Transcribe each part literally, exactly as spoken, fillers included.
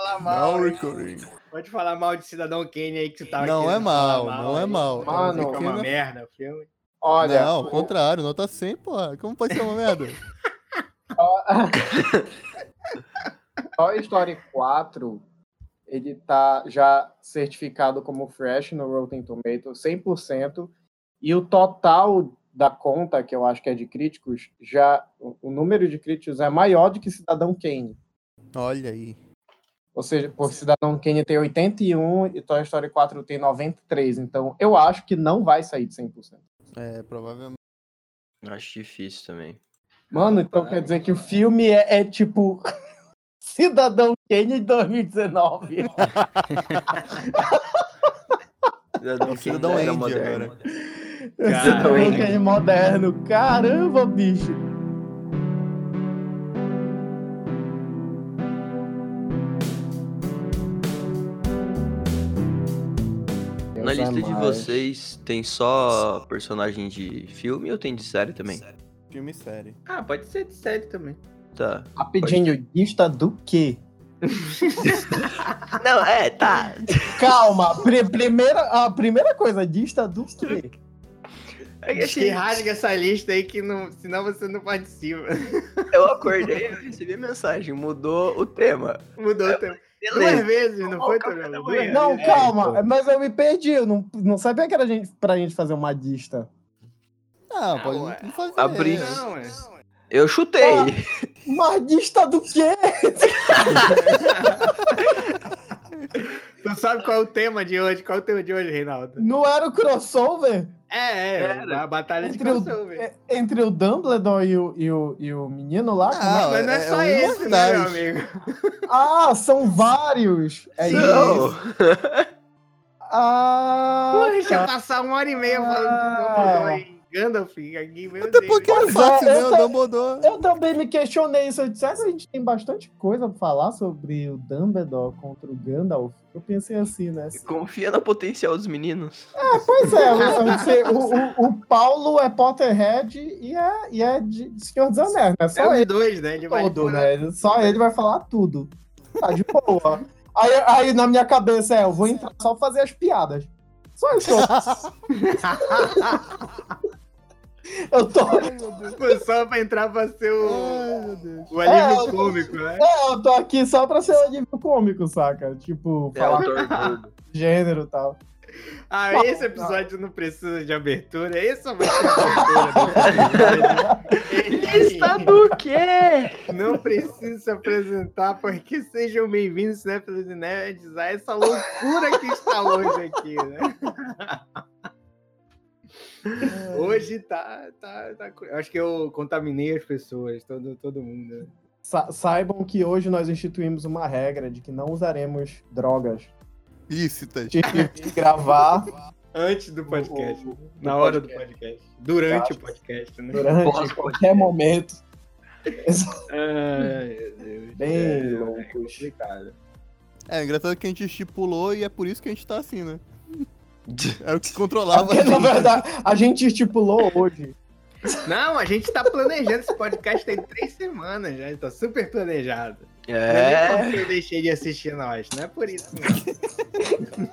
falar mal. Now recording. Pode falar mal de Cidadão Kane aí que tu tava Não é mal, mal, não é aí. mal. Mano, Fica uma Pequena- merda o filme. Olha, Não, ao contrário, nota cem, porra. Como pode ser uma merda? Toy Story quatro, ele tá já certificado como fresh no Rotten Tomatoes, cem por cento, e o total da conta, que eu acho que é de críticos, já o o número de críticos é maior do que Cidadão Kane. Olha aí. Ou seja, por Cidadão Kane tem oitenta e um e Toy Story quatro tem noventa e três. Então, eu acho que não vai sair de cem por cento. É, provavelmente. Acho difícil também. Mano, então Rapaz. quer dizer que o filme é, é tipo Cidadão Kane de dois mil e dezenove. Cidadão O Cidadão Kane era Andy moderno. agora. Cidadão Caramba. Kane moderno. Caramba, bicho. Na Deus é lista de mais. vocês, tem só personagem de filme ou tem de série também? Filme e série. Ah, pode ser de série também. Tá. Rapidinho, lista do quê? Não, é, tá. Calma, pri- primeira, a primeira coisa, lista do quê? É que Diz que assim, rasga essa lista aí, que não, senão você não participa. eu acordei, eu recebi a mensagem, mudou o tema. Mudou o tempo. Duas Beleza. vezes, não Ó, foi, o café Tonelo? da Duas manhã. Não, vezes. calma, mas eu me perdi, eu não, não sabia que era gente, pra gente fazer uma lista. Ah, Ah, pode ué. não fazer. Abri. Não, é. Eu chutei. Uma lista do quê? Tu sabe qual é o tema de hoje? Qual é o tema de hoje, Reinaldo? Não era o crossover? É, é, Era. a batalha de Entre o, crossover. é- entre o Dumbledore e o, e o, e o menino lá? Ah, Como é- Mas não é é- só é um esse, né, meu mortais. amigo? Ah, são vários! É Não. isso. Ah, Porra, deixa eu tá. passar uma hora e meia falando de Dumbledore e Gandalf aqui, meu Até Deus. porque é Pois é, fácil, né? eu O tô- Dumbledore. Eu também me questionei isso. Eu disse, será que a gente tem bastante coisa pra falar sobre o Dumbledore contra o Gandalf? Eu pensei assim, né? Confia no potencial dos meninos. Pois é, eu, eu sei, o, o, o Paulo é Potterhead e é, e é de Senhor dos Anéis, né? É Só os ele dois, né? Ele vai todo, né? Só ele vai falar tudo. Tá de boa. Aí, aí na minha cabeça é, eu vou entrar só pra fazer as piadas. Só isso. Eu tô, Foi só pra entrar pra ser o, Ai, meu Deus. o alívio É, eu- cômico, né? é, eu tô aqui só pra ser o nível cômico, saca? Tipo, É falar autor gordo. de gênero e tal. Ah, Não, esse episódio não precisa de abertura. Esse só vai ser a abertura desse Lista episódio. do quê? Não precisa se apresentar, porque sejam bem-vindos, né, pelos nerds, a essa loucura que está hoje aqui, né? Hoje tá, tá, tá. Eu acho que eu contaminei as pessoas, todo, todo mundo. Sa- saibam que hoje nós instituímos uma regra de que não usaremos drogas. Ilícitas. Tive que gravar Antes do podcast, O- o- na o hora do podcast. podcast, durante Eu o podcast, né? durante Pós-podcast. qualquer momento. Ai, meu Deus. Bem é, loucos. É complicado. É, engraçado que a gente estipulou e é por isso que a gente tá assim, né? Era o que controlava. Porque, na verdade, a gente estipulou hoje. Não, a gente tá planejando esse podcast tem três semanas já, tá super planejado. Não é nem É. porque eu deixei de assistir nós, não é por isso, não.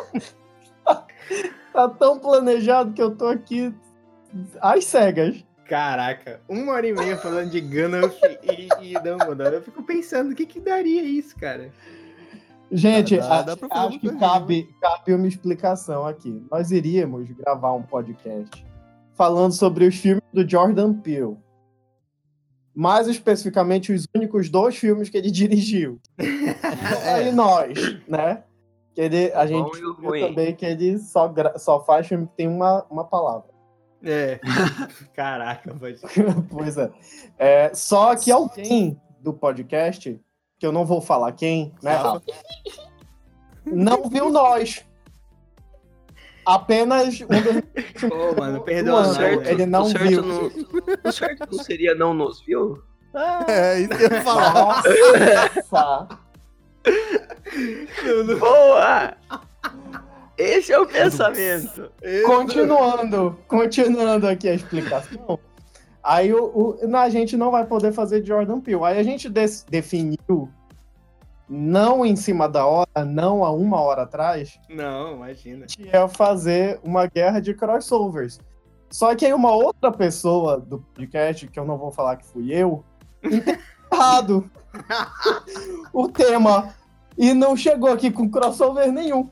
Tá tão planejado que eu tô aqui às cegas. Caraca, uma hora e meia falando de Gandalf e, e Dumbledore. Eu fico pensando, o que que daria isso, cara? Gente, Dá- a- dá pra fazer acho que muita cabe, cabe uma explicação aqui. Nós iríamos gravar um podcast falando sobre os filmes do Jordan Peele. Mais especificamente, os únicos dois filmes que ele dirigiu. Aí nós, né? Que ele, a gente bom e o viu ruim. também que ele só, gra- só faz filme que tem uma, uma palavra. É. Caraca, pode. Pois é. É, só que alguém do podcast, que eu não vou falar quem, né? Rafa. Não viu nós. Apenas um dos... Pô, mano, O perdoa, Anderson, não, certo, né? ele não o certo viu. Não, o certo não seria não nos viu? É, isso que eu ia falar. Nossa! Boa! Esse é o pensamento. Continuando, continuando aqui a explicação. Aí o, o- a gente não vai poder fazer de Jordan Peele. Aí a gente des- definiu não em cima da hora, não há uma hora atrás, Não, imagina. que ia fazer uma guerra de crossovers. Só que aí uma outra pessoa do podcast, que eu não vou falar que fui eu, entendeu errado o tema. E não chegou aqui com crossover nenhum.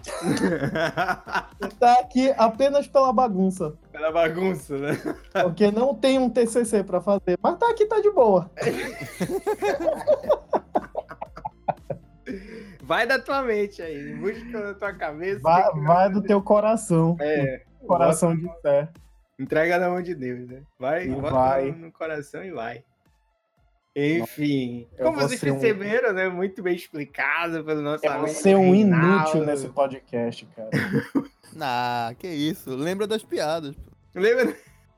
Tá aqui apenas pela bagunça. Pela bagunça, né? Porque não tem um T C C pra fazer. Mas tá aqui, tá de boa. Vai da tua mente aí, busca na tua cabeça. Vai, que- vai do teu coração. É, Coração de fé. entrega na mão de Deus, né? Vai, E bota vai. no, no coração e vai. Enfim, Eu como vou vocês ser um- perceberam, né? Muito bem explicado pelo nosso Eu vou amigo ser um Reinaldo. inútil nesse podcast, cara. Ah, que isso. Lembra das piadas. pô. Lembra?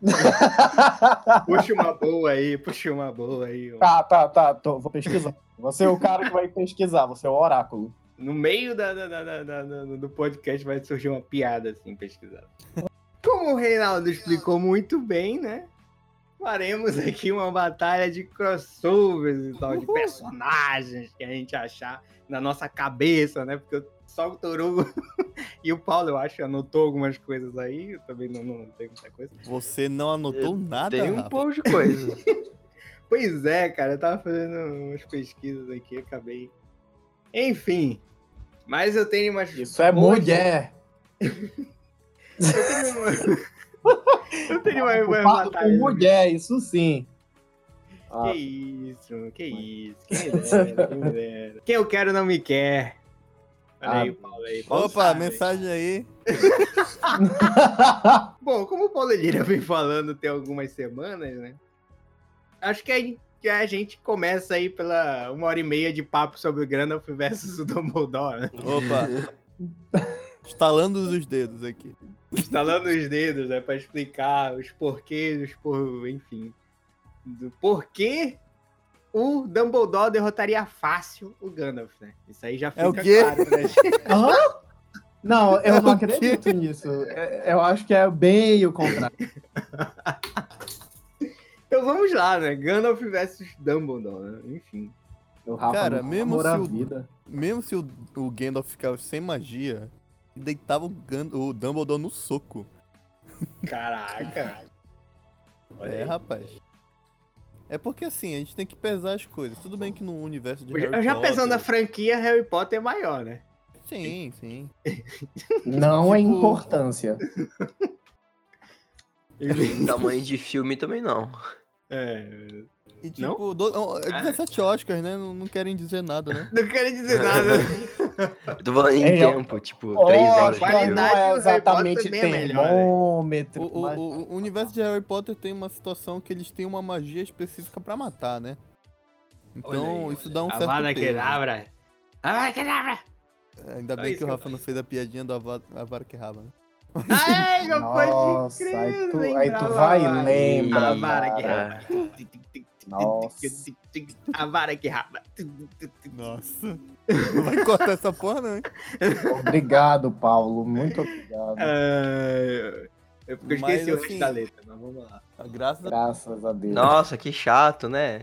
Puxa uma boa aí, puxa uma boa aí. ó. Tá, tá, tá. Tô, vou pesquisar. Você é o cara que vai pesquisar, você é o oráculo. No meio da, da- da- da- da- da- do podcast vai surgir uma piada assim, pesquisada. Como o Reinaldo explicou muito bem, né? Faremos aqui uma batalha de crossovers e tal, de personagens que a gente achar na nossa cabeça, né? Porque só o Torugo e o Paulo, eu acho, anotou algumas coisas aí. Eu também não, não tenho muita coisa. Você não anotou nada, Tem um Rafa? pouco de coisa. Pois é, cara, eu tava fazendo umas pesquisas aqui, acabei. Enfim, mas eu tenho umas. Isso é boas- mulher. Eu tenho uma. eu tenho uma, uma Ocupado com batalha. mulher, isso sim. Ah, Que isso, que isso. Quem me dera, quem me dera. Quem eu quero não me quer. Olha aí, Ah, Paulo aí. Paulo Opa, sabe. mensagem aí. Bom, como o Paulo Lira vem falando tem algumas semanas, né? Acho que a, gente- que a gente começa aí pela uma hora e meia de papo sobre o Gandalf versus o Dumbledore, né? Opa. Estalando os dedos aqui. Instalando os dedos, né? Pra explicar os porquês, os por... enfim. Do porquê o Dumbledore derrotaria fácil o Gandalf, né? Isso aí já fica É o quê? claro pra gente. Hã? Não, eu É não o quê? acredito nisso. É- Eu acho que é bem o contrário. Então vamos lá, né? Gandalf versus Dumbledore, né? Enfim. O Rafa Cara, não mesmo namora se a o- vida. Mesmo se o, o Gandalf ficava sem magia, ele deitava o, Gan- o Dumbledore no soco. Caraca. Olha É, aí. rapaz. É porque assim, a gente tem que pesar as coisas. Tudo bem que no universo de Eu Harry já Potter... pensando na franquia, Harry Potter é maior, né? Sim, sim. Não é Tipo- importância. Tamanho de filme também não. É, E Não? tipo, do, ó, é dezessete Oscars, né? Não, não querem dizer nada, né? não quero dizer nada. Eu tô falando em É, eu- tempo, tipo, três horas de Oscar filme. qualidade não é do Harry Potter exatamente também é melhor, né? termômetro. O, o- mas- o- o universo de Harry Potter tem uma situação que eles têm uma magia específica pra matar, né? Então, Olha aí, isso dá um certo Avada peso. Kedavra. Avada Kedavra. É, Ainda Só bem isso que o que eu Rafa não fez a piadinha do Ava- Avada Kedavra, né? Ai, não pode Nossa, crer, aí tu- lembrava aí tu vai e mais. lembra, Avada cara. Kedavra. Nossa. Avada Kedavra. Nossa. Não vai cortar essa porra, não, hein? Obrigado, Paulo. Muito obrigado. Ah, eu porque eu Mas, esqueci o assim, resto da letra, mas vamos lá. Graças a Graças a Deus. Nossa, que chato, né?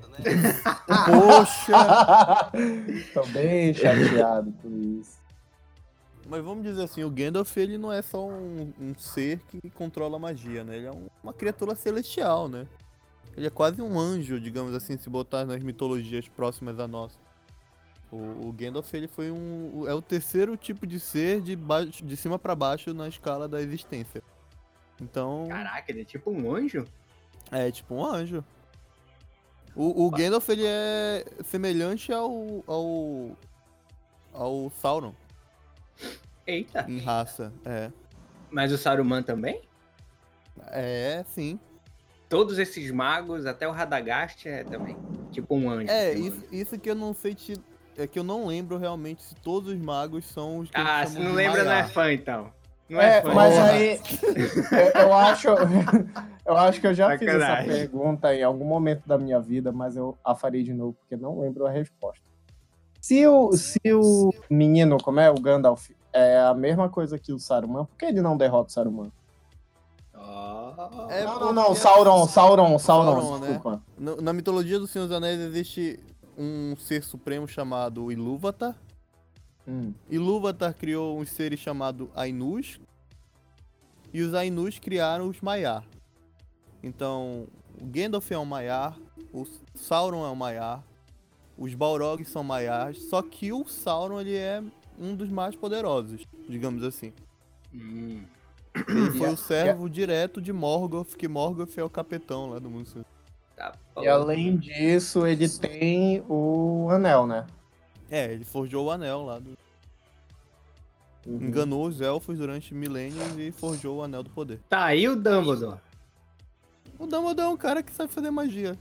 Poxa! Tô bem chateado por isso. Mas vamos dizer assim, o Gandalf, ele não é só um, um ser que controla a magia, né? Ele é um- uma criatura celestial, né? Ele é quase um anjo, digamos assim, se botar nas mitologias próximas à nossa. O, o Gandalf, ele foi um... é o terceiro tipo de ser de, baixo, de cima pra baixo na escala da existência. Então, Caraca, ele é tipo um anjo? é tipo um anjo. O, o Gandalf, ele é semelhante ao... ao... ao Sauron, Eita. em raça, é. Mas o Saruman também? É, sim. Todos esses magos, até o Radagast é também. Tipo um anjo. É, assim, isso, isso que eu não sei te... É que eu não lembro realmente se todos os magos são os que Ah, eles se chamam não de lembra, não é Maiar. fã, então. Não é, É, fã. mas Porra. aí eu, eu acho eu acho que eu já fiz essa Sacanagem. pergunta em algum momento da minha vida, mas eu a farei de novo porque não lembro a resposta. Se o, se o menino, como é, o Gandalf, é a mesma coisa que o Saruman, por que ele não derrota o Saruman? Oh. É não, não, não, porque- Sauron, Sauron, Sauron, Sauron, né? desculpa. No- Na mitologia do Senhor dos Anéis existe um ser supremo chamado Ilúvatar. Hum. Ilúvatar criou uns seres chamados Ainus. E os Ainus criaram os Maiar. Então, o Gandalf é um Maiar, o Sauron é um Maiar, os Balrogs são Maiars, só que o Sauron ele é um dos mais poderosos, digamos assim. Hum. Ele foi E a- o servo direto de Morgoth, que Morgoth é o capitão lá do mundo. Sul. Tá E além disso, ele tem o anel, né? É, ele forjou o anel lá. Do... Uhum. Enganou os elfos durante milênios e forjou o anel do poder. Tá aí o Dumbledore. O Dumbledore é um cara que sabe fazer magia.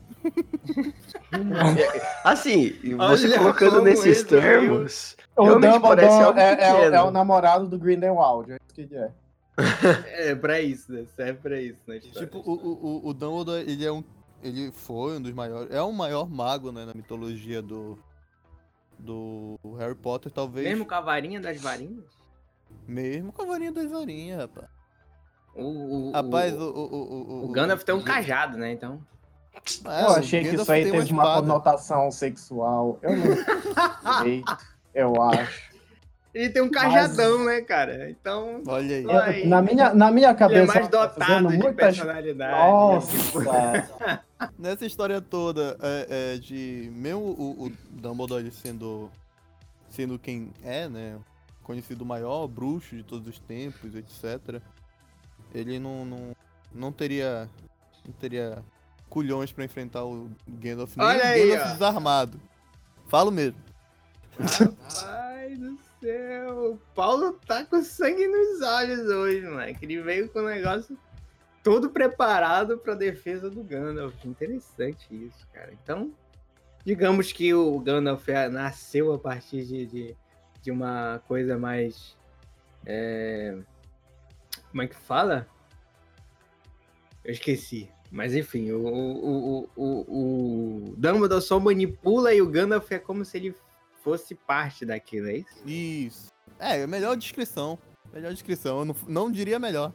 Assim, você Olha colocando como nesses esse termos, O realmente parece Dumbledore algo é, é, o- pequeno. é o namorado do Grindelwald, é isso que ele é. É pra isso, né? Serve pra isso, né? Tipo, o, o, o- o Dumbledore, ele é um. Ele foi um dos maiores. É o maior mago, né, na mitologia do. Do Harry Potter, talvez. Mesmo com a varinha das varinhas? Mesmo com a varinha das varinhas, rapaz. O, o, Rapaz, o, o. O, o, o Gandalf tem um cajado, né? Então. É, eu o achei que Gandalf isso aí tem teve uma espada. conotação sexual. Eu não sei, eu acho. Ele tem um cajadão, né, cara? Então. Olha aí. Eu- Aí. Na minha, na minha Ele é cabeça, mais tá fazendo dotado de muitas... personalidade. Nossa! Nessa história toda é, é, de. Mesmo o, o Dumbledore ele sendo. Sendo quem é, né? Conhecido o maior bruxo de todos os tempos, etcétera. Ele não. Não, não teria. Não teria culhões pra enfrentar o Gandalf. Nem Olha o aí, Gandalf ó. desarmado. Falo mesmo. Rapaz do céu. O Paulo tá com sangue nos olhos hoje, moleque. Ele veio com o negócio todo preparado pra defesa do Gandalf. Interessante isso, cara. Então, digamos que o Gandalf nasceu a partir de, de, de uma coisa mais. É... Como é que fala? Eu esqueci. Mas enfim, o, o, o, o, o Dumbledore só manipula e o Gandalf é como se ele fosse parte daquilo, é isso? Isso. É, melhor descrição. Melhor descrição. Eu não, não diria melhor.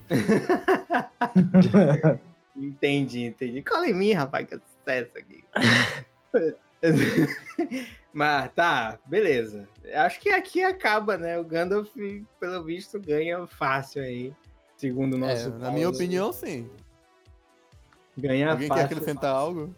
Entendi, entendi. Cola em mim, rapaz, que sucesso aqui. Mas tá, beleza. Acho que aqui acaba, né? O Gandalf, pelo visto, ganha fácil aí. Segundo o nosso É, na Paulo. minha opinião, sim. Ganha Alguém quer fácil. acrescentar algo?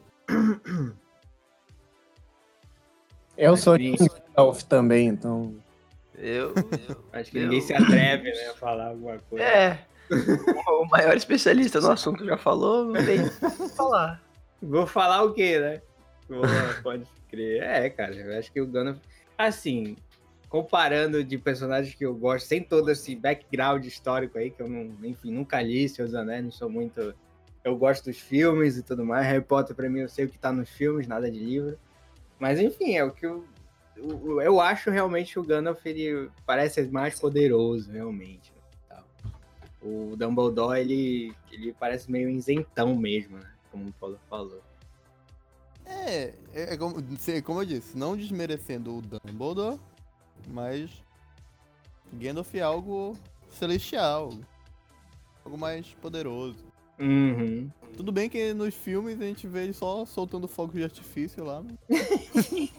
Eu sou Sim. de Gandalf também, então... Eu, Acho que ninguém se atreve, né, a falar alguma coisa. é, o maior especialista no assunto já falou, não tem o que falar. Vou falar o quê, né? Vou, pode crer. É, cara, eu acho que o Gandalf... Assim, comparando de personagens que eu gosto, sem todo esse background histórico aí, que eu, não, enfim, nunca li Senhor dos Anéis, não sou muito... Eu gosto dos filmes e tudo mais. Harry Potter, pra mim, eu sei o que tá nos filmes, nada de livro. Mas, enfim, é o que eu... Eu, eu acho realmente que o Gandalf, ele parece mais poderoso, realmente. O Dumbledore, ele, ele parece meio isentão mesmo, né? Como o Paulo falou. É, é, é como, se- como eu disse, não desmerecendo o Dumbledore, mas Gandalf é algo celestial, algo mais poderoso. Uhum. Tudo bem que nos filmes a gente vê ele só soltando fogos de artifício lá, mas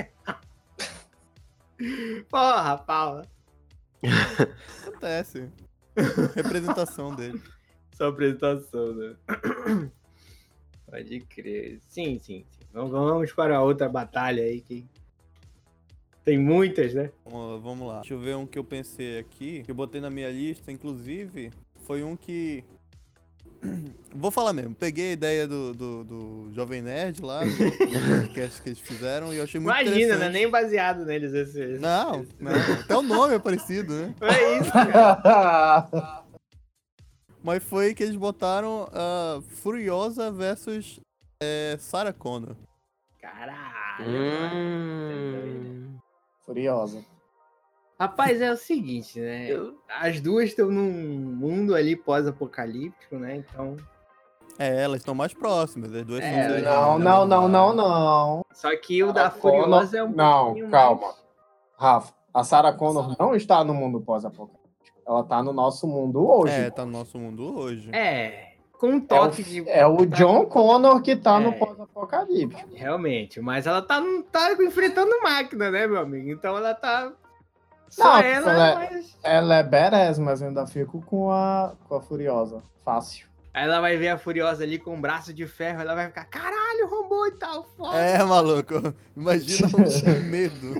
Porra, Paula. acontece. Representação dele. Sua apresentação, né? Pode crer. Sim, sim, sim. Vamos, vamos para outra batalha aí que tem muitas, né? Vamos, vamos lá. Deixa eu ver um que eu pensei aqui, que eu botei na minha lista, inclusive, foi um que... Vou falar mesmo, peguei a ideia do, do, do Jovem Nerd lá, do podcast que eles fizeram, e eu achei muito Imagina, né? interessante. Nem baseado neles esse. esse Não, esse- não, até o nome é parecido, né? É isso, cara. Mas foi que eles botaram a Furiosa versus é, Sarah Connor. Caralho. mano. Hum, Furiosa. Rapaz, é o seguinte, né? eu, As duas estão num mundo ali pós-apocalíptico, né? Então. É, elas estão mais próximas, as duas É, são seres Não, humanos. não, não, não, não. Só que o da Sarah Connor- Furiosa é um Não, pouquinho calma. mais- Rafa, a Sarah Connor não está no mundo pós-apocalíptico. Ela tá no nosso mundo hoje. É, tá no nosso mundo hoje. É. com um É toque o, de... é o John Connor que tá É. no pós-apocalipse. Realmente, mas ela tá, não tá enfrentando máquina, né, meu amigo? Então ela tá... Só Não, ela, ela é- mas... Ela é badass, mas eu ainda fico com a, com a Furiosa. Fácil. Aí ela vai ver a Furiosa ali com um braço de ferro, ela vai ficar, caralho, robô e tal, foda. É, maluco. Imagina o medo.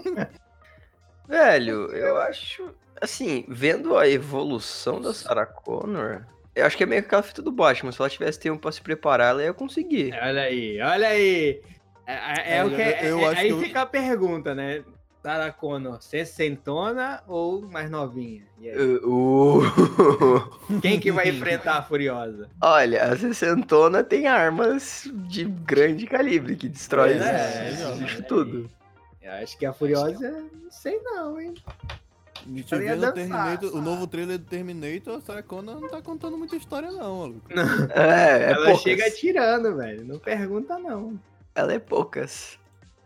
Velho, eu acho. Assim, vendo a evolução da Sarah Connor, eu acho que é meio que aquela fita do Batman. Se ela tivesse tempo pra se preparar, ela ia conseguir. Olha aí, olha aí. É, é- é É, o que, é- eu é- acho aí que eu- fica a pergunta, né? Sarah Connor, sessentona ou mais novinha? E aí? Uh, uh. Quem que vai enfrentar a Furiosa? Olha, a sessentona tem armas de grande calibre que destrói Pois é, esses olha bichos aí. tudo. Eu acho que a Furiosa, não sei não, hein? A gente Ela ia vê no dançar. Terminator, o novo trailer do Terminator, a Sarah Connor não tá contando muita história não, maluco. É, é Ela poucas. chega atirando, velho. Não pergunta, não. Ela é poucas.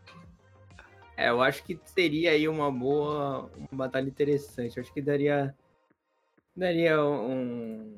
É, eu acho que seria aí uma boa, uma batalha interessante. Eu acho que daria, daria um...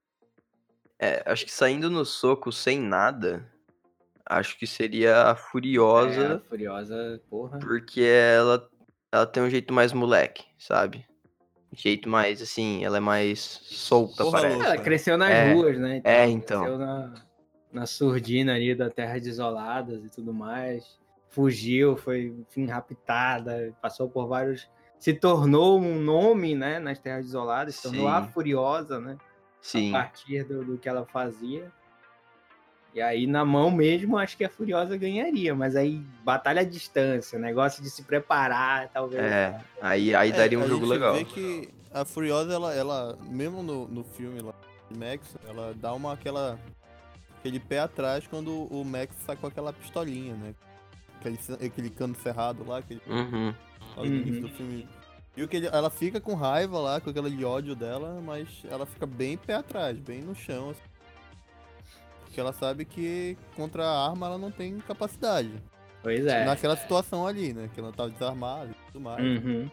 É, acho que saindo no soco sem nada, acho que seria a Furiosa, É, a Furiosa, porra. porque ela, ela tem um jeito mais moleque, sabe? Um jeito mais, assim, ela é mais solta, Porra parece. louca. Ela cresceu nas É, ruas, né? é, então. Cresceu na, na surdina ali da Terras Desoladas e tudo mais. Fugiu, foi, enfim, raptada, passou por vários... Se tornou um nome, né, nas Terras Desoladas, se tornou Sim. a Furiosa, né? Sim. A partir do, do que ela fazia. E aí, na mão mesmo, acho que a Furiosa ganharia. Mas aí, batalha à distância, negócio de se preparar, talvez. É, aí, aí É, daria um a jogo gente legal. vê que a Furiosa, ela, ela mesmo no, no filme lá, de Max, ela dá uma aquela aquele pé atrás quando o Max sacou aquela pistolinha, né? Aquele, aquele cano ferrado lá, aquele Uhum. lá no início Uhum. do filme. Viu que ele- ela fica com raiva lá, com aquele ódio dela, mas ela fica bem pé atrás, bem no chão. Assim. Porque ela sabe que contra a arma ela não tem capacidade. Pois é. Naquela situação ali, né? Que ela tava desarmada e tudo mais. Uhum.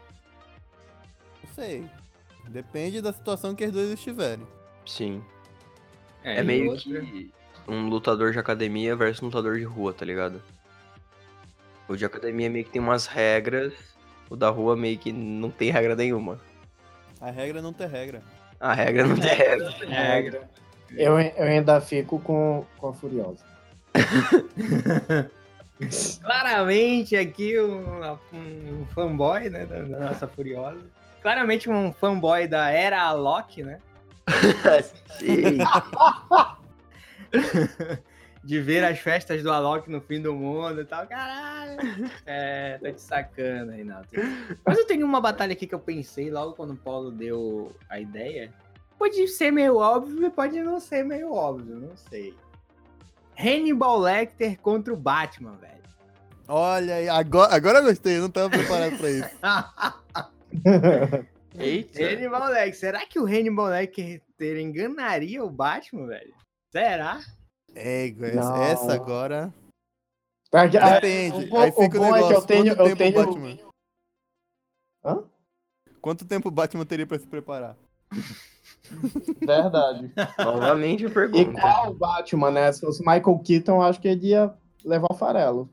Não sei. Depende da situação que as duas estiverem. Sim. É, É e meio outra- que um lutador de academia versus um lutador de rua, tá ligado? O de academia meio que tem umas regras, o da rua meio que não tem regra nenhuma. A regra é não ter regra. A regra não tem regra. Regra. Eu, eu ainda fico com, com a Furiosa. Claramente aqui um, um fanboy, né, da, da nossa Furiosa. Claramente um fanboy da era Alok, né? Sim. De ver as festas do Alok no fim do mundo e tal. Caralho! É, tá te sacando, Reinaldo. Mas eu tenho uma batalha aqui que eu pensei logo quando o Paulo deu a ideia. Pode ser meio óbvio e pode não ser meio óbvio, não sei. Hannibal Lecter contra o Batman, velho. Olha aí, agora, agora eu gostei, eu não tava preparado pra isso. Eita. Hannibal Lecter. Será que o Hannibal Lecter enganaria o Batman, velho? Será? É, essa, Não. essa agora. Porque, ah, Depende. o bom- Aí o fica o, bom é que negócio. eu tenho- Quanto eu tempo tenho- o Batman? Hã? Quanto tempo o Batman teria pra se preparar? Verdade. Novamente a E pergunta. qual Batman, né? Se fosse Michael Keaton, acho que ele ia levar o farelo.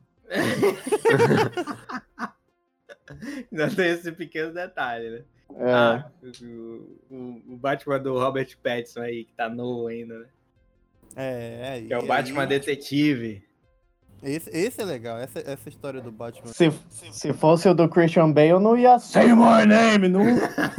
Ainda tem esse pequeno detalhe, né? É. Ah, o, o- o Batman do Robert Pattinson aí, que tá novo ainda, né? É, é. Que é o e Batman aí- Detetive. Esse, esse é legal, essa, essa história do Batman. Se, se fosse o do Christian Bale, eu não ia. Say my name! Não,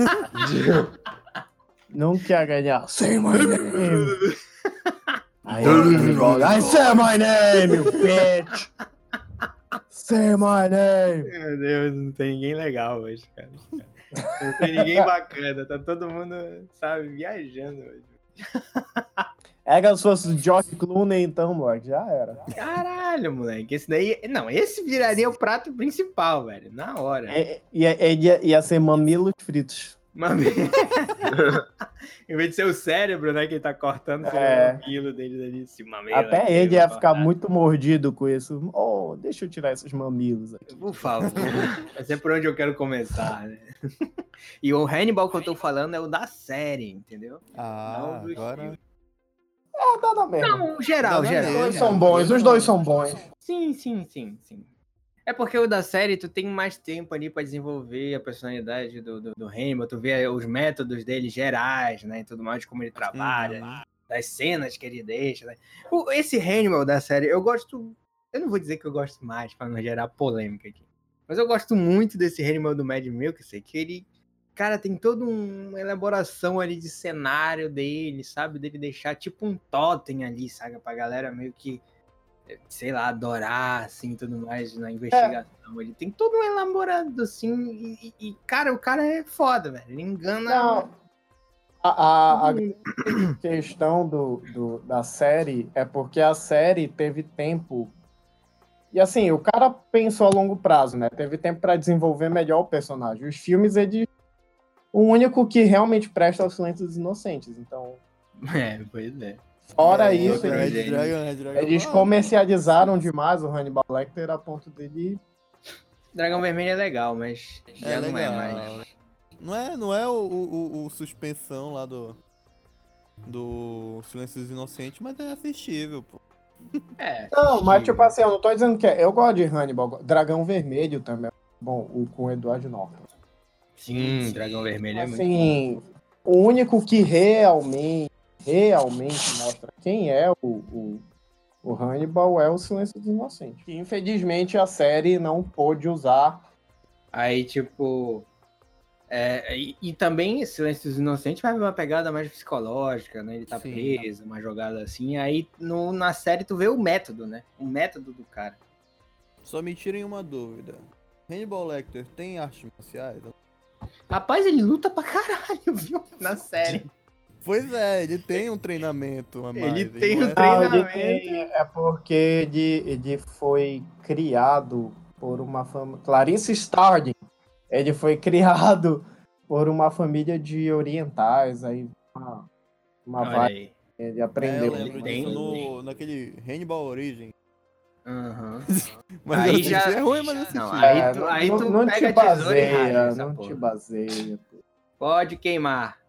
nunca ia ganhar. Say my name! Aí, I say my name, you bitch! Say my name! Meu Deus, não tem ninguém legal hoje, cara. Não tem ninguém bacana, tá todo mundo, sabe, viajando hoje. É se fosse o George Clooney, então, moleque, já era. Caralho, moleque, esse daí... Não, esse viraria o prato principal, velho, na hora. É, ia, ia, ia ser mamilos fritos. Mami... em vez de ser o cérebro, né, que ele tá cortando, seria É. o quilo dele ali, esse mamilo. Até aqui, ele vou ia ficar cortar. muito mordido com isso. Oh, deixa eu tirar esses mamilos aqui. Por favor, vai ser por onde eu quero começar, né? E o Hannibal que eu tô falando é o da série, entendeu? Ah, Não do agora. filme. É, dá na mesma. Não, geral, Dá na geral. Os dois mesma. são bons, os dois são bons. Sim, sim, sim, sim. É porque o da série, tu tem mais tempo ali pra desenvolver a personalidade do, do, do Hannibal, tu vê os métodos dele gerais, né, e tudo mais, como ele trabalha, Uhum. das cenas que ele deixa, né. O, esse Hannibal da série, eu gosto, eu não vou dizer que eu gosto mais, pra não gerar polêmica aqui, mas eu gosto muito desse Hannibal do Mad Milk, que ele, cara, tem toda uma elaboração ali de cenário dele, sabe, dele deixar tipo um totem ali, sabe, pra galera meio que, sei lá, adorar, assim, tudo mais na investigação. É. Ele tem todo um elaborado, assim, e, e, cara, o cara é foda, velho. Ele engana... Não, a, a, a questão do, do, da série é porque a série teve tempo... E, assim, o cara pensou a longo prazo, né? Teve tempo para desenvolver melhor o personagem. Os filmes, ele... O único que realmente presta é o Silêncio dos Inocentes, então... É, pois é. Fora É, isso, Red eles, Dragon, Red Dragon, eles ah, comercializaram demais o Hannibal Lecter a ponto dele... Dragão Vermelho é legal, mas já É não legal. é mais. Não é, não é o, o, o suspensão lá do. Do Silêncio dos Inocentes, mas é assistível, pô. É. Não, mas tipo assim, eu não tô dizendo que é... Eu gosto de Hannibal. Dragão Vermelho também. Bom, o com o Edward Norton. Sim, Dragão Vermelho é muito bom. Assim, o único que realmente, realmente mostra quem é o, o, o Hannibal é o Silêncio dos Inocentes. Que, infelizmente, a série não pôde usar. Aí, tipo... É, e, e também Silêncio dos Inocentes vai uma pegada mais psicológica, né? Ele tá Sim. preso, uma jogada assim. Aí no, na série tu vê o método, né? O método do cara. Só me tirem uma dúvida. Hannibal Lecter tem artes marciais? Rapaz, ele luta pra caralho, viu? Na série. Pois é, ele tem um treinamento a mais. Ele tem não um é- treino- Não, ele Treinamento. tem, é porque ele, ele foi criado por uma família. Clarice Starling. Ele foi criado por uma família de orientais. Aí uma, uma Olha vibe, aí. ele É, eu aprendeu. lembro Tem- disso no, naquele Hannibal Origem. Aham. Mas Aí eu assisti, já- é ruim, mas eu assisti. Não, aí É, tu, não, aí não- tu não pega te a tesoura e rasga baseia, essa não porra. te baseia. Pode queimar.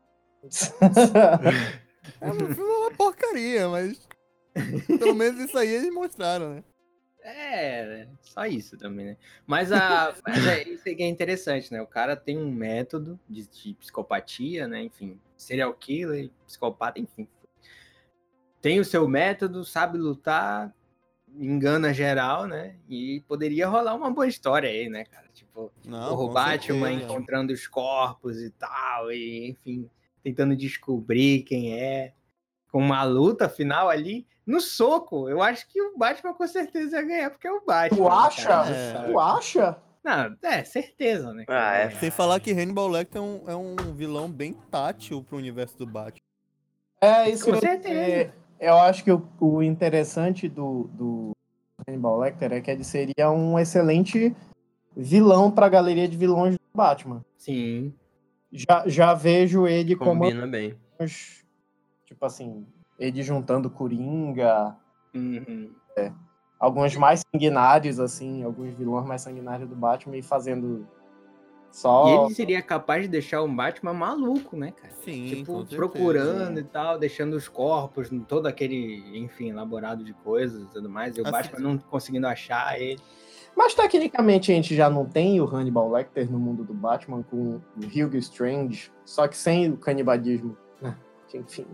É, o filme é uma porcaria, mas pelo menos isso aí eles mostraram, né? É, só isso também, né? Mas, a, mas é, isso aí que é interessante, né? O cara tem um método de, de psicopatia, né? Enfim, serial killer, psicopata, enfim. Tem o seu método, sabe lutar, engana geral, né? E poderia rolar uma boa história aí, né, cara? Tipo, Não, o com Batman certeza. encontrando os corpos e tal, e enfim, tentando descobrir quem é. Com uma luta final ali, no soco. Eu acho que o Batman com certeza ia ganhar, porque é o Batman. Tu né, acha? cara? É. Tu acha? Não, é, certeza, né? que Ah, ele é. ia ganhar. Sem falar que Hannibal Lecter é um, é um vilão bem tátil pro universo do Batman. É isso Com que eu, certeza. é, eu acho que o, o interessante do, do Hannibal Lecter é que ele seria um excelente vilão para a galeria de vilões do Batman. Sim. Já, já vejo ele como Combina bem. os- tipo assim, ele juntando Coringa, Uhum. alguns mais sanguinários assim, alguns vilões mais sanguinários do Batman e fazendo E só ele seria capaz de deixar o Batman maluco, né, cara? Sim, Tipo, com certeza. procurando e tal, deixando os corpos, todo aquele, enfim, elaborado de coisas e tudo mais, e o Assim- Batman não conseguindo achar ele. Mas tecnicamente a gente já não tem o Hannibal Lecter no mundo do Batman com o Hugo Strange, só que sem o canibalismo. né? Enfim.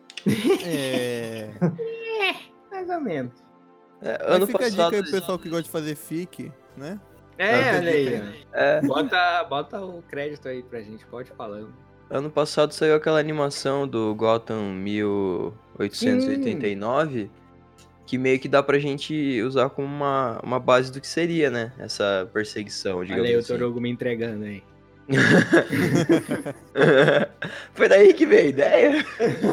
É. Mais ou menos. É, Mas ano fica a dica passado. aí pro pessoal que gosta de fazer fic, né? É, Ah, olha aí. dica ó. É, Bota, bota o crédito aí pra gente, pode falando. ano passado saiu aquela animação do Gotham mil oitocentos e oitenta e nove, que meio que dá pra gente usar como uma, uma base do que seria, né? Essa perseguição, digamos Olha aí o assim. Torugo me entregando aí. Foi daí que veio a ideia?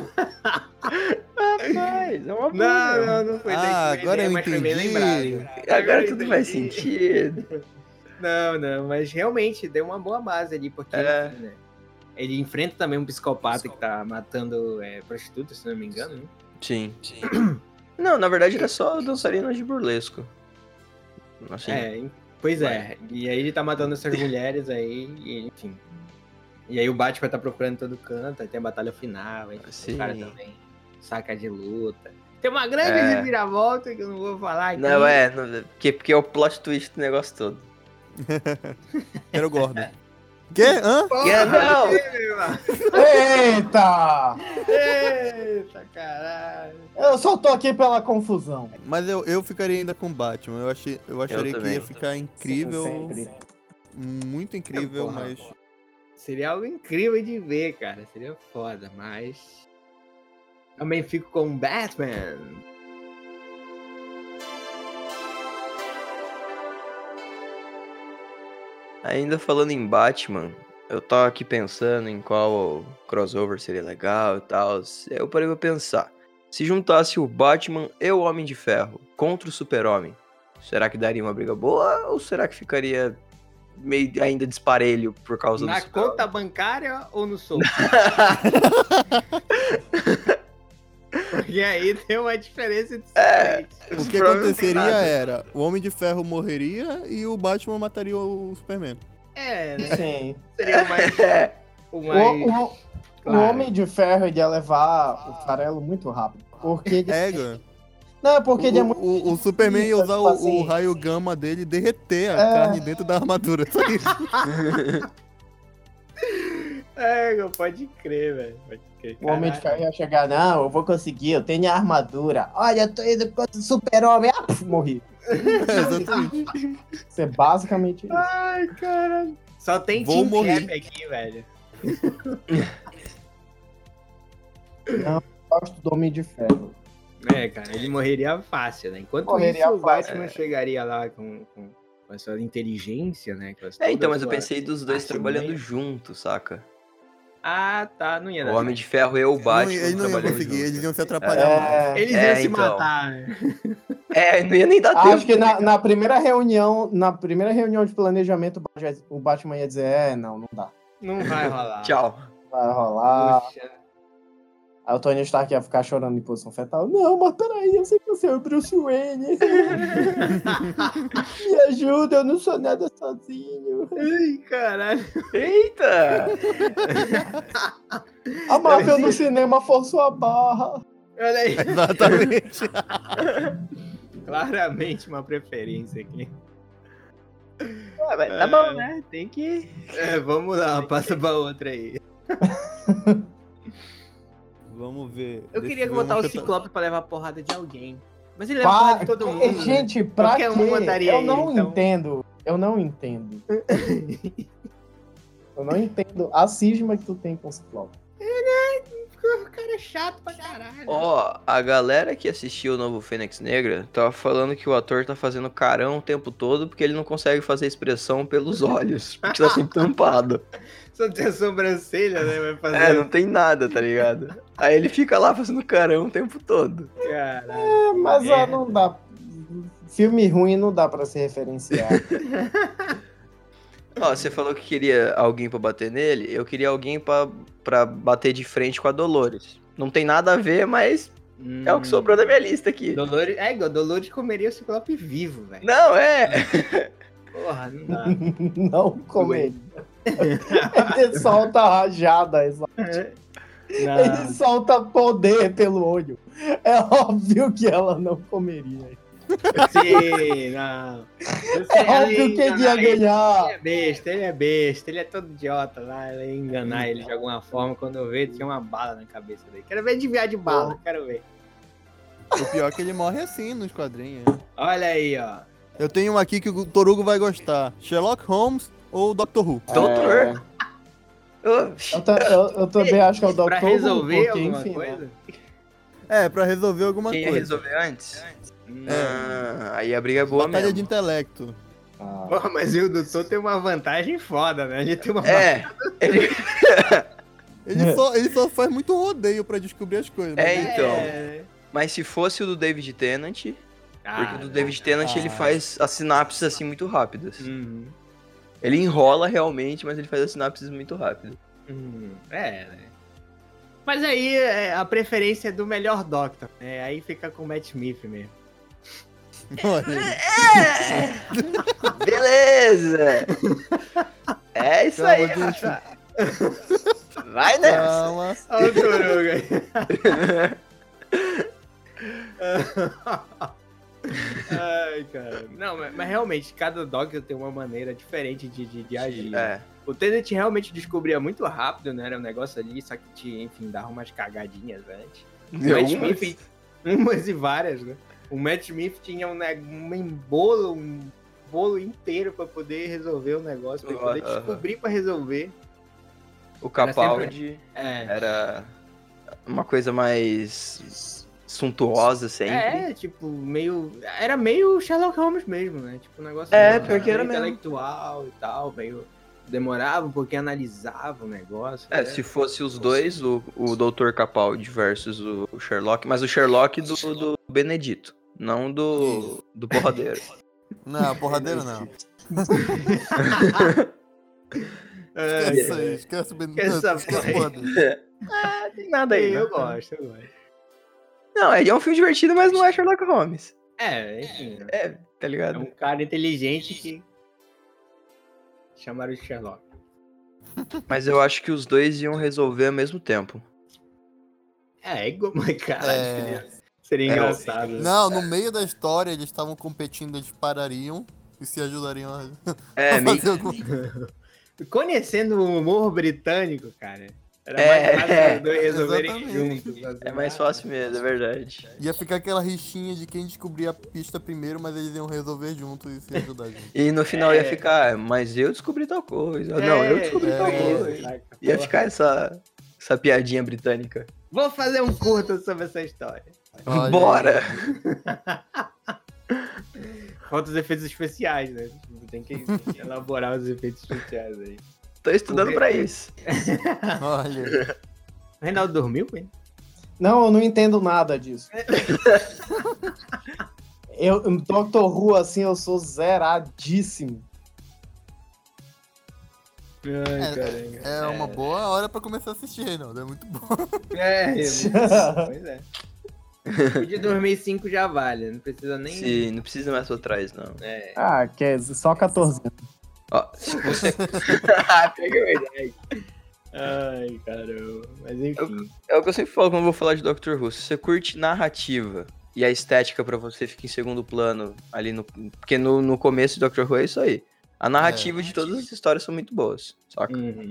Rapaz, é uma boa. Não, mesmo. não, não foi daí Ah, que agora ideia, eu mas foi bem entendi. lembrado. Agora eu tudo faz entendi. sentido. Não, não, mas realmente deu uma boa base ali, porque É. enfim, né, ele enfrenta também um psicopata que tá matando é, prostitutas, se não me engano, né? Sim. Não, na verdade era só dançarina de burlesco. Assim, É, em- pois é. E aí ele tá matando essas mulheres aí, e, enfim. E aí o Batman tá procurando em todo canto, aí tem a batalha final, aí Sim. o cara também. saca de luta. Tem uma grande É. reviravolta que eu não vou falar aqui. Não, é, não, porque, porque é o plot twist do negócio todo. Era o Gordon. Quê? Hã? Porra, Não. meu irmão. Eita! Eita, caralho. Eu só tô aqui pela confusão. Mas eu, eu ficaria ainda com Batman. Eu, achei, eu acharia que também. ia ficar incrível. Sempre. Muito incrível, Porra. mas. Seria algo incrível de ver, cara. Seria foda, mas... Também fico com Batman. Ainda falando em Batman, eu tava aqui pensando em qual crossover seria legal e tal. Eu parei pra pensar. Se juntasse o Batman e o Homem de Ferro contra o Super-Homem, será que daria uma briga boa ou será que ficaria meio ainda disparelho por causa Na do Super-Homem? conta bancária ou no soco? Porque aí tem uma diferença de É. suficiente. O que Super-Homem não tem aconteceria nada. era: o Homem de Ferro morreria e o Batman mataria o Superman. É, né? Sim. Seria o mais... É. O O, mais... o, o claro. Homem de Ferro ele ia levar o farelo muito rápido. Porque ele... É, Gun. Não, é porque o, ele é muito... o, o Superman ia usar tipo o, assim. o raio gama dele e derreter a É. carne dentro da armadura. Só isso. É, pode crer, velho. Pode crer. O Homem de Caralho. Ferro ia chegar, não, eu vou conseguir, eu tenho a armadura. Olha, eu tô indo contra o Super-Homem. Ah, puf, morri. É, exatamente. Isso é basicamente isso. Ai, caralho. Só tem Vou Team morrer. Cap aqui, velho. Eu gosto do Homem de Ferro. É, cara, ele morreria fácil, né? Enquanto Morreria isso, o fácil, Batman chegaria lá com, com, com a sua inteligência, né? Com as- É, então, toda mas eu a sua pensei dos dois artimanha. trabalhando juntos, saca? Ah, tá, não ia O dar Homem certo. de Ferro e o Não, Batman eles não iam trabalhando conseguir, juntos. eles iam se atrapalhar mais. É, Eles É, iam se então. matar, né? É, não ia nem dar tempo. acho que na, na primeira reunião, na primeira reunião de planejamento, o Batman- o Batman ia dizer, é, não, não dá. Não vai rolar. Tchau. Vai rolar. Puxa. Aí o Tony Stark ia ficar chorando em posição fetal. Não, mas peraí, eu sei que você é o Bruce Wayne. Me ajuda, eu não sou nada sozinho. Ai, caralho. Eita! A Marvel no cinema forçou a barra. Olha aí. Exatamente. Claramente uma preferência aqui. Ah, mas tá bom, né? Tem que... É, vamos lá, passa pra outra aí. Vamos ver. Eu Deixa queria ver botar uma o que eu tô- Ciclope pra levar porrada de alguém. Mas ele leva Pá, porrada de todo mundo. eh, né? gente, pra Qualquer um quê? mandaria Eu ele, não então. entendo. Eu não entendo. Eu não entendo a cisma que tu tem com o Ciclope. O cara é chato pra caralho. Ó, a galera que assistiu o novo Fênix Negra tava falando que o ator tá fazendo carão o tempo todo porque ele não consegue fazer expressão pelos olhos, porque tá sempre tampado. Só tem a sobrancelha, né? Vai fazer. É, não tem nada, tá ligado? Aí ele fica lá fazendo carão o tempo todo. Caralho. É, mas É. ah, não dá. Filme ruim não dá pra se referenciar. Ó, você falou que queria alguém pra bater nele, eu queria alguém pra, pra bater de frente com a Dolores. Não tem nada a ver, mas é o que sobrou da minha lista aqui. Dolores, é, igual, Dolores comeria o Ciclope vivo, velho. Não, é. Porra, não dá. Não comer. Ele solta rajada, ele Não. solta poder pelo olho. É óbvio que ela não comeria. Sim, não. É óbvio que ele ia Ele ganhar. é besta, ele é besta, ele é todo idiota lá, ele ia enganar ele de alguma forma. Quando eu ver, tinha uma bala na cabeça dele. Quero ver desviar de bala, quero ver. O pior é que ele morre assim nos quadrinhos. né? Olha aí, ó. Eu tenho um aqui que o Torugo vai gostar: Sherlock Holmes ou Doctor Who? Doutor. É, Oxi. eu, ta- eu- eu também acho que é o Pra doutor Who, resolver porque, alguma enfim, coisa? né? É, pra resolver alguma Quem ia coisa. resolver antes? Hum. Ah, aí a briga é boa Batalha de mesmo. intelecto. Ah, Porra, mas o doutor tem uma vantagem foda, né? Ele tem uma É, ele... Ele só, ele só faz muito rodeio pra descobrir as coisas. É, mas- então. É. Mas se fosse o do David Tennant, Ah, porque o do David Tennant ah. ele faz as sinapses assim muito rápidas. Uhum. Ele enrola realmente, mas ele faz as sinapses muito rápido. Hum, é, né? Mas aí é, a preferência é do melhor Doctor, né? Aí fica com o Matt Smith mesmo. Olha aí. Beleza! É isso aí, Calma, Rafa. Vai nessa. Calma. Olha o Toruga aí. Ai, cara. Não, mas, mas realmente, cada Doctor tem uma maneira diferente de, de, de agir. É. O Tennant realmente descobria muito rápido, né? Era um negócio ali, só que te, enfim, dava umas cagadinhas antes. O Matt Smith, umas e várias, né? O Matt Smith tinha um, né, um bolo, um bolo inteiro pra poder resolver o negócio, pra poder Uh-huh. descobrir pra resolver. O Capaldi sempre- É. era uma coisa mais suntuosa sempre. É, tipo, meio. Era meio Sherlock Holmes mesmo, né? Tipo, um negócio É, meio- pior que era meio mesmo. intelectual e tal, meio. Demorava um pouquinho, analisava o negócio. É, né? se fosse os dois, o, o doutor Capaldi versus o Sherlock, mas o Sherlock do, do Benedito, não do, do porradeiro. Não, porradeiro não. É, Esquece isso cara. aí, esquece o Benedito. Essa Esquece porra aí. porradeiro. Ah, tem nada aí, eu né? gosto, eu gosto. Não, ele é um filme divertido, mas não é Sherlock Holmes. É, enfim. né? É, tá É ligado? um cara inteligente que. Chamaram de Sherlock. Mas eu acho que os dois iam resolver ao mesmo tempo. É, é igual, mas caralho, É. seria, seria É, engraçado. né? Não, no meio da história eles estavam competindo, eles parariam e se ajudariam a, É, a meio fazer alguma Conhecendo o humor britânico, cara, era É, mais fácil é. os dois resolverem Exatamente. juntos. assim. É mais fácil mesmo, é verdade. Ia ficar aquela rixinha de quem descobria a pista primeiro, mas eles iam resolver juntos e se ajudar juntos. E no final ia É. ficar, mas eu descobri tal coisa. É, Não, eu descobri é, tal é. coisa. saca, Ia porra. ficar essa, essa piadinha britânica. Vou fazer um curto sobre essa história. Olha Bora! Falta os efeitos especiais, né? Tem que elaborar os efeitos especiais aí. Tô estudando pra isso. aí, Olha. O Reinaldo dormiu, hein? Não, eu não entendo nada disso. Eu, Doctor Who, assim, eu sou zeradíssimo. Ai, É, caramba. é uma boa hora pra começar a assistir, Reinaldo. É muito bom. É, é, pois é. De dormir cinco já vale, não precisa nem. Se não precisa mais pra trás, não. É. Ah, que é só catorze anos. Ó, se você. Pega a verdade. Ai, caramba. Mas enfim. É o que eu sempre falo quando eu vou falar de Doctor Who. Se você curte narrativa e a estética pra você fica em segundo plano ali no. Porque no, no começo de Doctor Who é isso aí. A narrativa É. de todas as histórias são muito boas, saca? Uhum.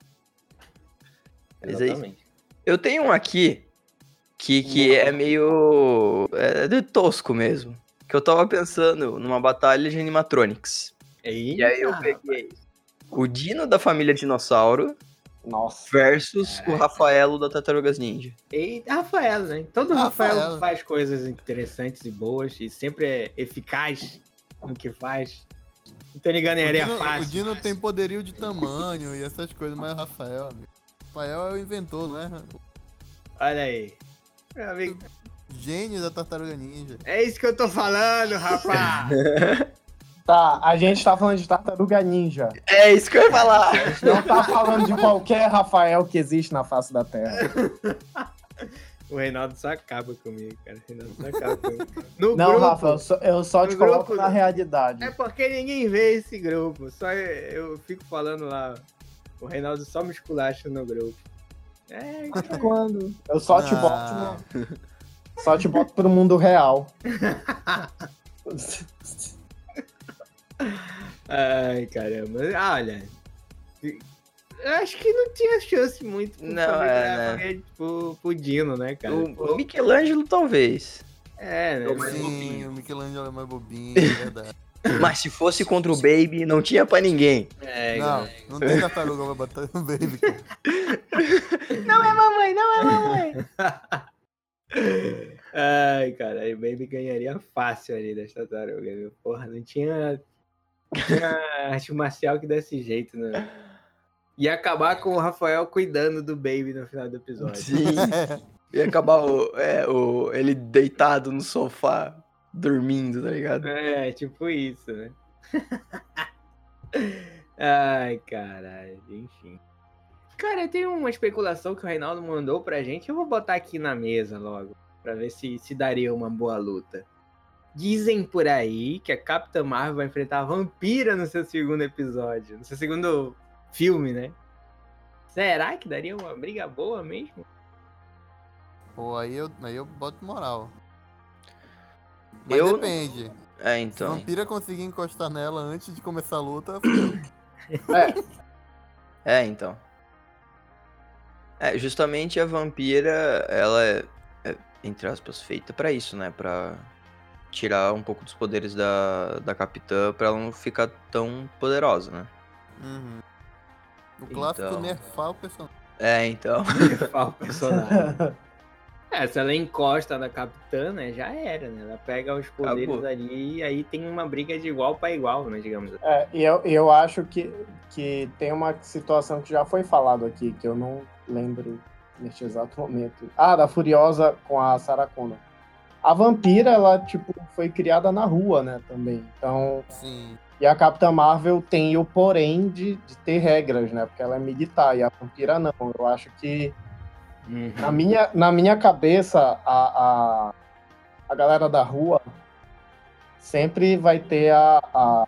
Mas é isso. Exatamente. Eu tenho um aqui que, que é meio. É de tosco mesmo. Que eu tava pensando numa batalha de animatronics. Eita, E aí eu peguei o Dino da família Dinossauro Nossa. versus o Rafaelo da Tartarugas Ninja. Eita, Rafael, né? Todo Rafael, Rafael. faz coisas interessantes e boas e sempre é eficaz no que faz. Então ele O ganharia Dino, o fácil. Dino tem poderio de tamanho e essas coisas, mas o Rafael, amigo. Rafael é o inventor, não é? Olha aí. Meu amigo, Gênio da Tartaruga Ninja. é isso que eu tô falando, rapaz. Tá, a gente tá falando de Tartaruga Ninja. É isso que eu ia falar! Não tá falando de qualquer Rafael que existe na face da Terra. O Reinaldo só acaba comigo, cara. O Reinaldo só acaba comigo. No Não, grupo, Rafa, eu só, eu só no te coloco grupo- na realidade. é porque ninguém vê esse grupo. Só eu, eu fico falando lá. O Reinaldo só me esculacha no grupo. É, cara. Quando? Eu só te Ah. boto no... Só te boto pro mundo real. Ai, caramba. Ah, olha. Eu acho que não tinha chance muito pro Não, família- é, né? família, pro, pro Dino, né, cara? O, Pô, o Michelangelo, talvez. é, né? mais Sim, o Michelangelo é mais bobinho, é verdade. Mas se fosse contra o Baby, não tinha pra ninguém. É, Não, não tem tartaruga pra bater no Baby, cara. Não é mamãe, não é mamãe. Ai, cara, o Baby ganharia fácil ali das tartarugas, viu? Porra, não tinha, não tinha arte marcial que desse jeito, né? Ia acabar com o Rafael cuidando do Baby no final do episódio. Sim. Ia acabar o, é, o, ele deitado no sofá, dormindo, tá ligado? É, tipo isso, né? Ai, caralho, enfim. Cara, tem uma especulação que o Reinaldo mandou pra gente. Eu vou botar aqui na mesa logo, pra ver se, se daria uma boa luta. Dizem por aí que a Capitã Marvel vai enfrentar a Vampira no seu segundo episódio, no seu segundo filme, né? Será que daria uma briga boa mesmo? Pô, aí eu, aí eu boto moral. Mas Eu- depende. É, Se a então. vampira conseguir encostar nela antes de começar a luta, É, É, então. É, justamente a vampira, ela é, é, entre aspas, feita pra isso, né? Pra tirar um pouco dos poderes da, da capitã pra ela não ficar tão poderosa, né? uhum. O clássico Então. nerfar o personagem. É, então. Nerfar o personagem. É, se ela encosta na capitã, né, já era, né? Ela pega os poderes Acabou. ali e aí tem uma briga de igual pra igual, né, digamos assim. é, e eu, eu acho que, que tem uma situação que já foi falado aqui, que eu não lembro neste exato momento. Ah, da Furiosa com a Sarah Connor. A vampira, ela, tipo, foi criada na rua, né, também. Então, Sim. e a Capitã Marvel tem o porém de, de ter regras, né, porque ela é militar, e a vampira não. Eu acho que, na minha, na minha cabeça, a, a, a galera da rua sempre vai ter a, a,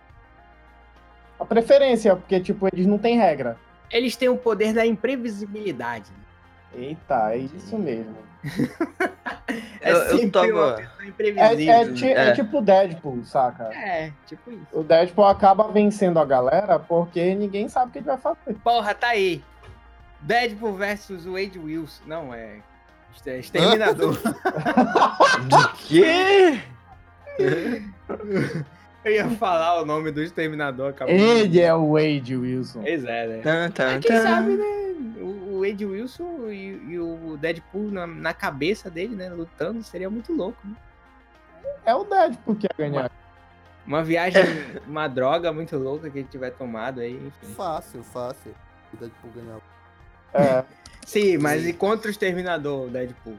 a preferência, porque, tipo, eles não têm regra. Eles têm o poder da imprevisibilidade. né? Eita, é isso mesmo. É Eu- eu sempre tava- uma pessoa É, imprevisível. é, ti- é É. tipo Deadpool, saca? É, tipo isso. O Deadpool acaba vencendo a galera porque ninguém sabe o que ele vai fazer. Porra, tá aí. Deadpool versus Wade Wilson. Não, é. é Exterminador. Do quê? Eu ia falar o nome do Exterminador. Acabou. Ele é o Wade Wilson. Pois é, né? Tan, tan, Mas quem tan. sabe, né? O o Wade Wilson e, e o Deadpool na, na cabeça dele, né? Lutando, seria muito louco. Né? É o Deadpool que ia ganhar. Uma viagem, uma droga muito louca que ele tiver tomado aí, enfim. Fácil, fácil. O Deadpool ganhar. É, Sim, mas e contra o Exterminador, o Deadpool?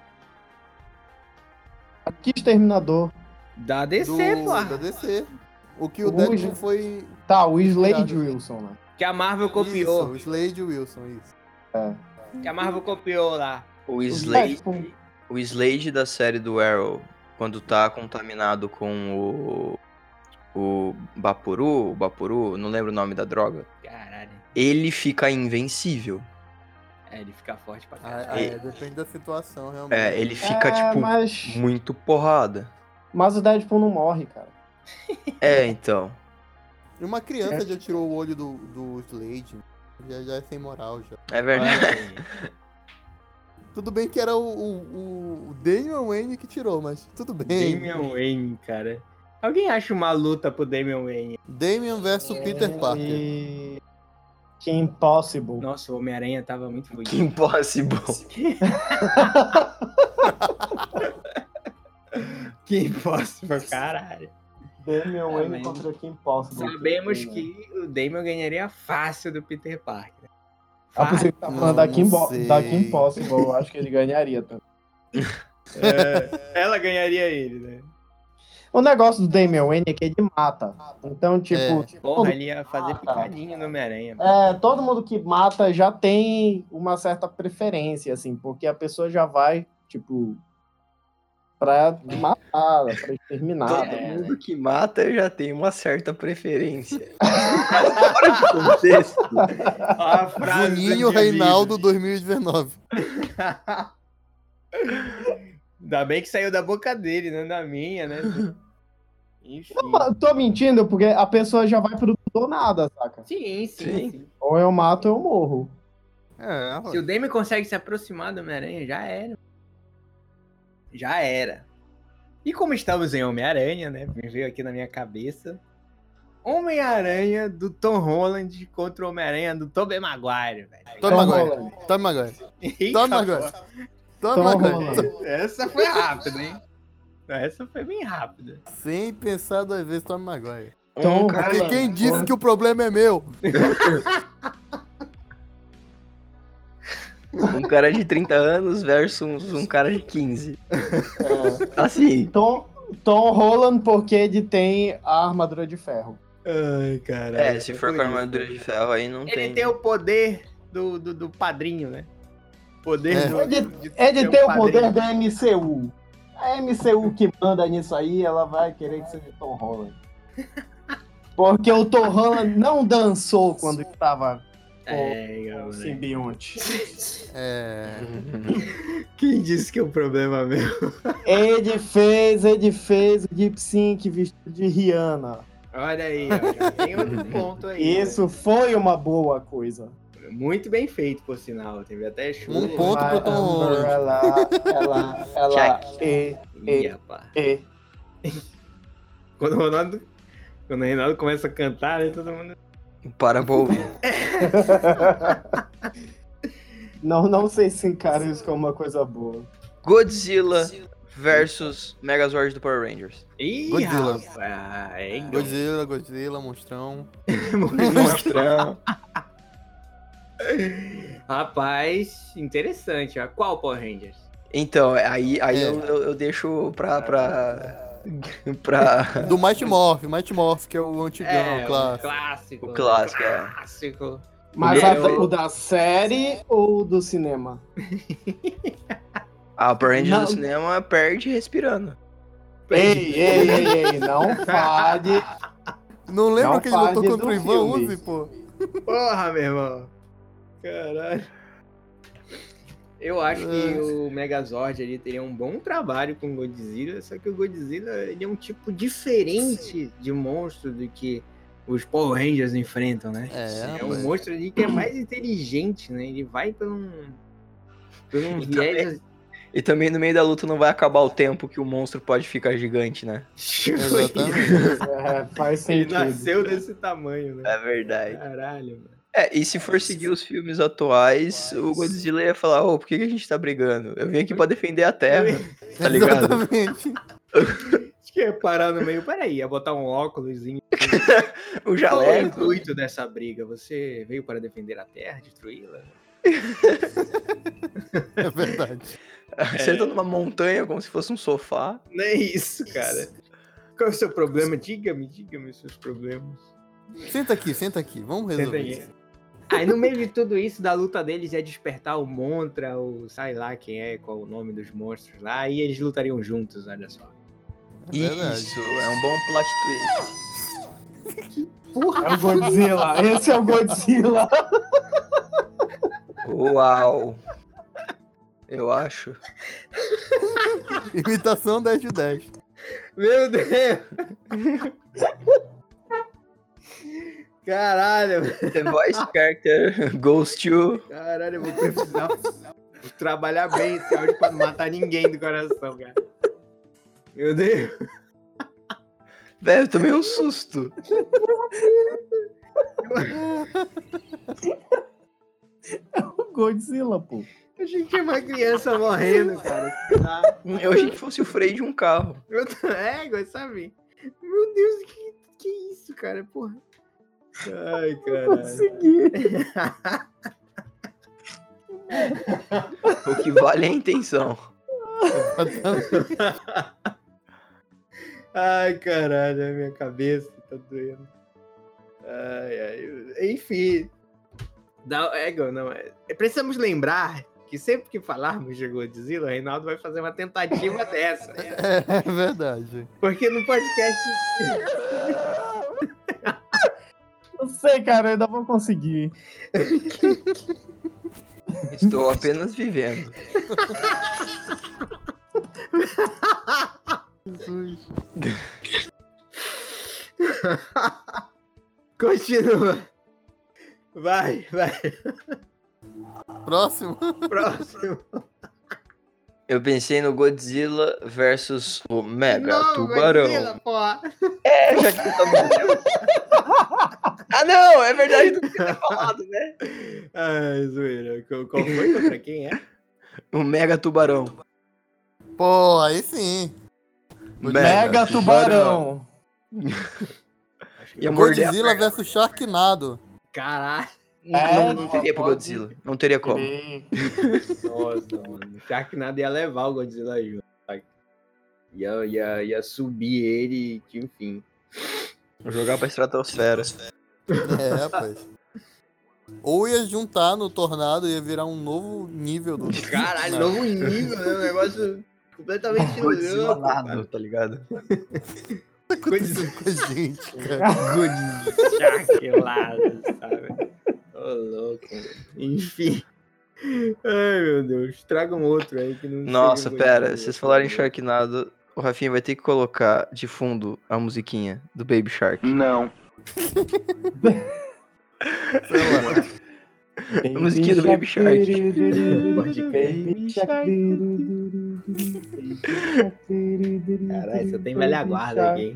que Exterminador. Da D C, Do, pô. da D C. O que o O Deadpool Ju- foi. Tá, o Slade Inspirado. Wilson, né? Que a Marvel Isso, copiou. o Slade Wilson, isso. Que a Marvel copiou lá. O O Slade, Deadpool. o Slade da série do Arrow, quando tá contaminado com o. O Bapuru, o Bapuru, não lembro o nome da droga. Caralho. Ele fica invencível. É, ele fica forte pra Ah, caralho. ah, é, depende da situação, realmente. É, ele fica, É, tipo, mas... muito porrada. mas o Deadpool não morre, cara. É, então. E uma criança já tirou o olho do, do Slade. Já, já é sem moral, já. É verdade. Olha aí. Tudo bem que era o, o, o Damian Wayne que tirou, mas tudo bem. Damian Wayne, cara. Alguém acha uma luta pro Damian Wayne? Damian versus Peter Parker. E... Que Impossible. Nossa, o Homem-Aranha tava muito Que fudido. impossible. Que impossível, caralho. Damian Wayne Amém. contra Kim Possible. Sabemos que o Damian ganharia fácil do Peter Parker. Ah, Fácil. você tá falando Não, da, Kim não Bo- sei. da Kim Possible, eu acho que ele ganharia também. É, ela ganharia ele, né? O negócio do Damian Wayne é que ele mata. Então, tipo, É. todo, Porra, ele ia fazer Ah, tá. picadinho no Homem-Aranha. é, todo mundo que mata já tem uma certa preferência, assim, porque a pessoa já vai, tipo, pra matar, pra exterminar. Todo tá? É, mundo que mata já tem uma certa preferência. Fora de contexto. Ó, a frase do Juninho dia Reinaldo livre. dois mil e dezenove. Ainda bem que saiu da boca dele, não da minha, né? Enfim. Eu tô mentindo porque a pessoa já vai pro tudo ou nada, saca? Sim, sim, Sim. sim. Ou eu mato ou eu morro. É, Se o Damian consegue se aproximar do Homem-Aranha, já era. Já era. E como estamos em Homem-Aranha, né? Me veio aqui na minha cabeça. Homem-Aranha do Tom Holland contra o Homem-Aranha do Tobey Maguire, velho. Tom Tom Maguire. Holland. Tom Maguire. Eita, Tom Maguire. porra. Tom Tom Maguire. Holland. Essa foi rápida, hein? Essa foi bem rápida. Sem pensar duas vezes, Tom Maguire. Tom Um cara- Porque Holland. quem disse que o problema é meu? Um cara de trinta anos versus um cara de quinze. É. Assim. Tom, Tom Holland porque ele tem a armadura de ferro. Ai, caralho. É, se for com a armadura de ferro aí não Ele tem. tem o poder do, do, do padrinho, né? Poder É. do. Ele, de ele ter um tem o padrinho. poder da M C U. A M C U que manda nisso aí, ela vai querer que seja Tom Holland. Porque o Tom Holland não dançou quando estava É, O galera. simbionte. É. Quem disse que é um problema meu? Ele fez, ele fez o Deep Sync vestido de Rihanna. Olha aí, ó, já tem outro ponto aí. Isso foi uma boa coisa. Né? Muito bem feito, por sinal. Teve até chuva. Um ponto Vai, pro Tom Holland. Amber, Ela, ela, ela, e, Ih, e, rapaz. e. Quando o Ronaldo, quando o Reinaldo começa a cantar, né, todo mundo... Para pra ouvir. Não, não sei se encara isso como uma coisa boa. Godzilla versus Megazord do Power Rangers. Ih, Godzilla. rapaz. Godzilla, Godzilla, monstrão. Monstrão. Rapaz, interessante. Ó. Qual Power Rangers? Então, aí, aí É. eu, eu, eu deixo pra. pra. pra. Do Mighty Morph, Mighty Morph, que é o antigão, É, claro. o clássico. O clássico, é. Clássico. Mas O a- meu- o da série ou do cinema? Ah, o Power Rangers Não. do cinema perde respirando. Ei, ei, ei, ei, não fale. Não lembra Não que ele lutou fale contra o do Ivan filme. Uzi, pô? Porra, meu irmão. Caralho. Eu acho que o Megazord ele teria um bom trabalho com o Godzilla, só que o Godzilla ele é um tipo diferente de monstro do que os Power Rangers enfrentam, né? É, É um rapaz. monstro ali que é mais inteligente, né? Ele vai por um, por um E viés... E também no meio da luta não vai acabar o tempo que o monstro pode ficar gigante, né? Exatamente. É, faz Ele sentido. nasceu desse tamanho, né? É verdade. Caralho, mano. É, e se for seguir os filmes atuais, o Godzilla ia falar, ô, por que, que a gente tá brigando? Eu vim aqui pra defender a Terra, tá ligado? Exatamente. Acho que ia parar no meio. Peraí, ia botar um óculosinho. O Qual é o jaleco. intuito dessa briga? Você veio para defender a Terra, destruí-la? É verdade. Senta numa montanha como se fosse um sofá. Não é isso, cara. Qual é o seu problema? Diga-me, diga-me os seus problemas. Senta aqui, senta aqui. Vamos Senta resolver aí. isso. Aí no meio de tudo isso, da luta deles é despertar o Montra, o sei lá quem é, qual o nome dos monstros lá, e eles lutariam juntos, olha só. É verdade. Isso, é um bom plot twist. É o Godzilla. Esse é o Godzilla. Uau! Eu acho. Imitação dez de dez. Meu Deus! Caralho, The voice character goes to... caralho, eu vou precisar trabalhar bem esse áudio pra não matar ninguém do coração, cara. Meu Deus. Velho, eu tomei um susto. É o Godzilla, pô. Eu achei que tinha uma criança morrendo, cara. Ah, Eu achei que fosse o freio de um carro. eu tô... É, igual sabe? Meu Deus, que, que isso, cara? Porra. Ai, caralho. Consegui. O que vale é a intenção. Ai, caralho, a minha cabeça tá doendo. Ai, ai. Enfim. Não, é, não, é, precisamos lembrar que sempre que falarmos de Godzilla, o Reinaldo vai fazer uma tentativa dessa. Né? É verdade. Porque no podcast. Eu sei, cara, eu ainda vou conseguir. Estou apenas vivendo. Jesus. Continua. Vai, vai. Próximo. Próximo. Eu pensei no Godzilla versus o Mega Não, Tubarão. Godzilla, porra. É, já que você tá vendo. Ah, não, é verdade do que você tá falado, né? Ai, zoeira. Qual qual foi? Contra quem é? O Mega Tubarão. Pô, aí sim. Mega Tubarão. E a morder a Godzilla perna. versus Sharknado. Caralho. Não, É, não teria pro pode- Godzilla. Não teria como. Nossa, mano. O Sharknado ia levar o Godzilla junto. sabe? Ia, ia, ia subir ele, que enfim. Jogar pra estratosfera. É, rapaz. Ou ia juntar no tornado e ia virar um novo nível do. Caralho, Não. novo nível, né? Um negócio completamente Godzilla louco, nada, cara. tá ligado? acontecendo com a gente, cara. Godzilla, Sharknado, sabe? louco. Enfim. Ai, meu Deus. Traga um outro aí que não Nossa, seja pera, Godzilla, vocês por falaram em favor. Sharknado, o Rafinha vai ter que colocar de fundo a musiquinha do Baby Shark. Não. Sei lá. A musiquinha do Baby Shark. Pode crer. Baby Shark. Caralho, só tem velha guarda aqui, hein?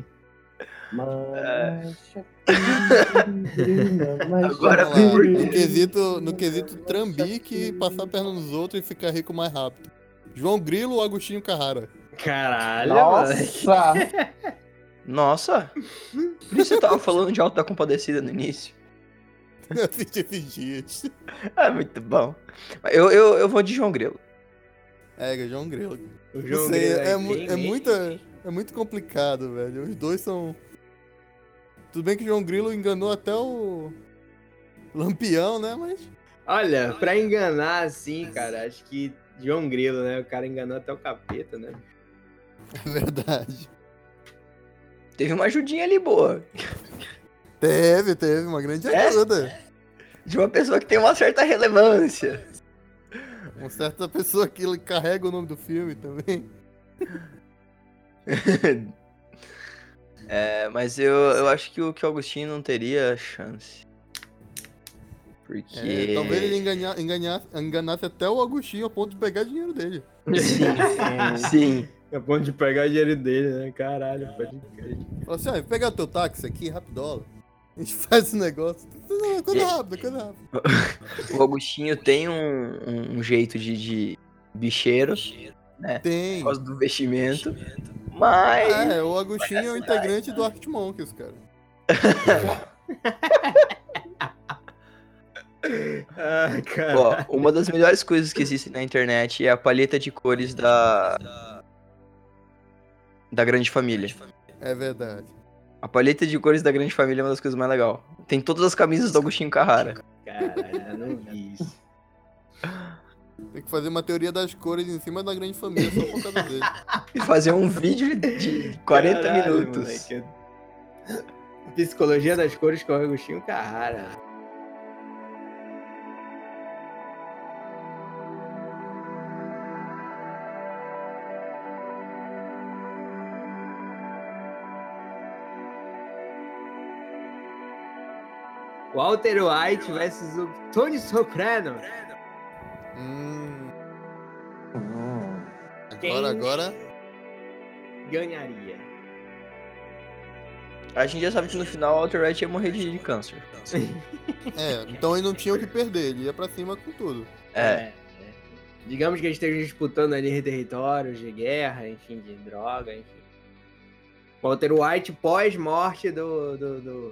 Agora Vamos lá. por No quesito, no quesito trambique, passar a perna nos outros e ficar rico mais rápido. João Grilo ou Agostinho Carrara? Caralho, moleque. Nossa! Nossa! Por isso você tava falando de Auto da Compadecida no início. Eu assisti esses dias. Ah, muito bom. Eu, eu, eu vou de João Grilo. É, João Grilo. O Não João sei, Grilo é, é mu- quem é, mesmo? muita, é muito complicado, velho. Os dois são... Tudo bem que o João Grilo enganou até o Lampião, né? Mas... Olha, pra enganar assim, cara, acho que João Grilo, né? O cara enganou até o capeta, né? É verdade. Teve uma ajudinha ali boa. Teve, teve uma grande É? ajuda. De uma pessoa que tem uma certa relevância. Uma certa pessoa que ele carrega o nome do filme também. É, mas eu, eu acho que o, que o Agostinho não teria chance. Porque. É, talvez ele engana, enganasse, enganasse até o Agostinho ao ponto de pegar dinheiro dele. Sim. É ponto de pegar o dinheiro dele, né? Caralho, pode crer. Fala assim, ó, pegar teu táxi aqui, rapidola. A gente faz esse negócio. Não, coisa rápida, coisa rápida. O Agostinho tem um, um, um jeito de, de bicheiro, né? Tem. Por causa do vestimento. Mas. É, o Agostinho é o integrante do Arctic Monkeys, cara. Ah, cara. Ó, uma das melhores coisas que existem na internet é a paleta de cores da. Da Grande Família. É verdade. A paleta de cores da Grande Família é uma das coisas mais legais. Tem todas as camisas do Agostinho Carrara. Caralho, eu não vi isso. Tem que fazer uma teoria das cores em cima da grande família só por causa dele. E fazer um vídeo de quarenta Caralho, minutos. moleque. Psicologia das cores com o Agostinho Carrara. Walter White versus o Tony Soprano. Hum, Hum. Quem? agora, agora. Ganharia. A gente já sabe que no final o Walter White ia morrer de, de câncer. É, então ele não tinha o que perder, ele ia pra cima com tudo. É. É. Digamos que eles estejam disputando ali territórios de guerra, enfim, de droga, enfim. Walter White pós-morte do, do, do,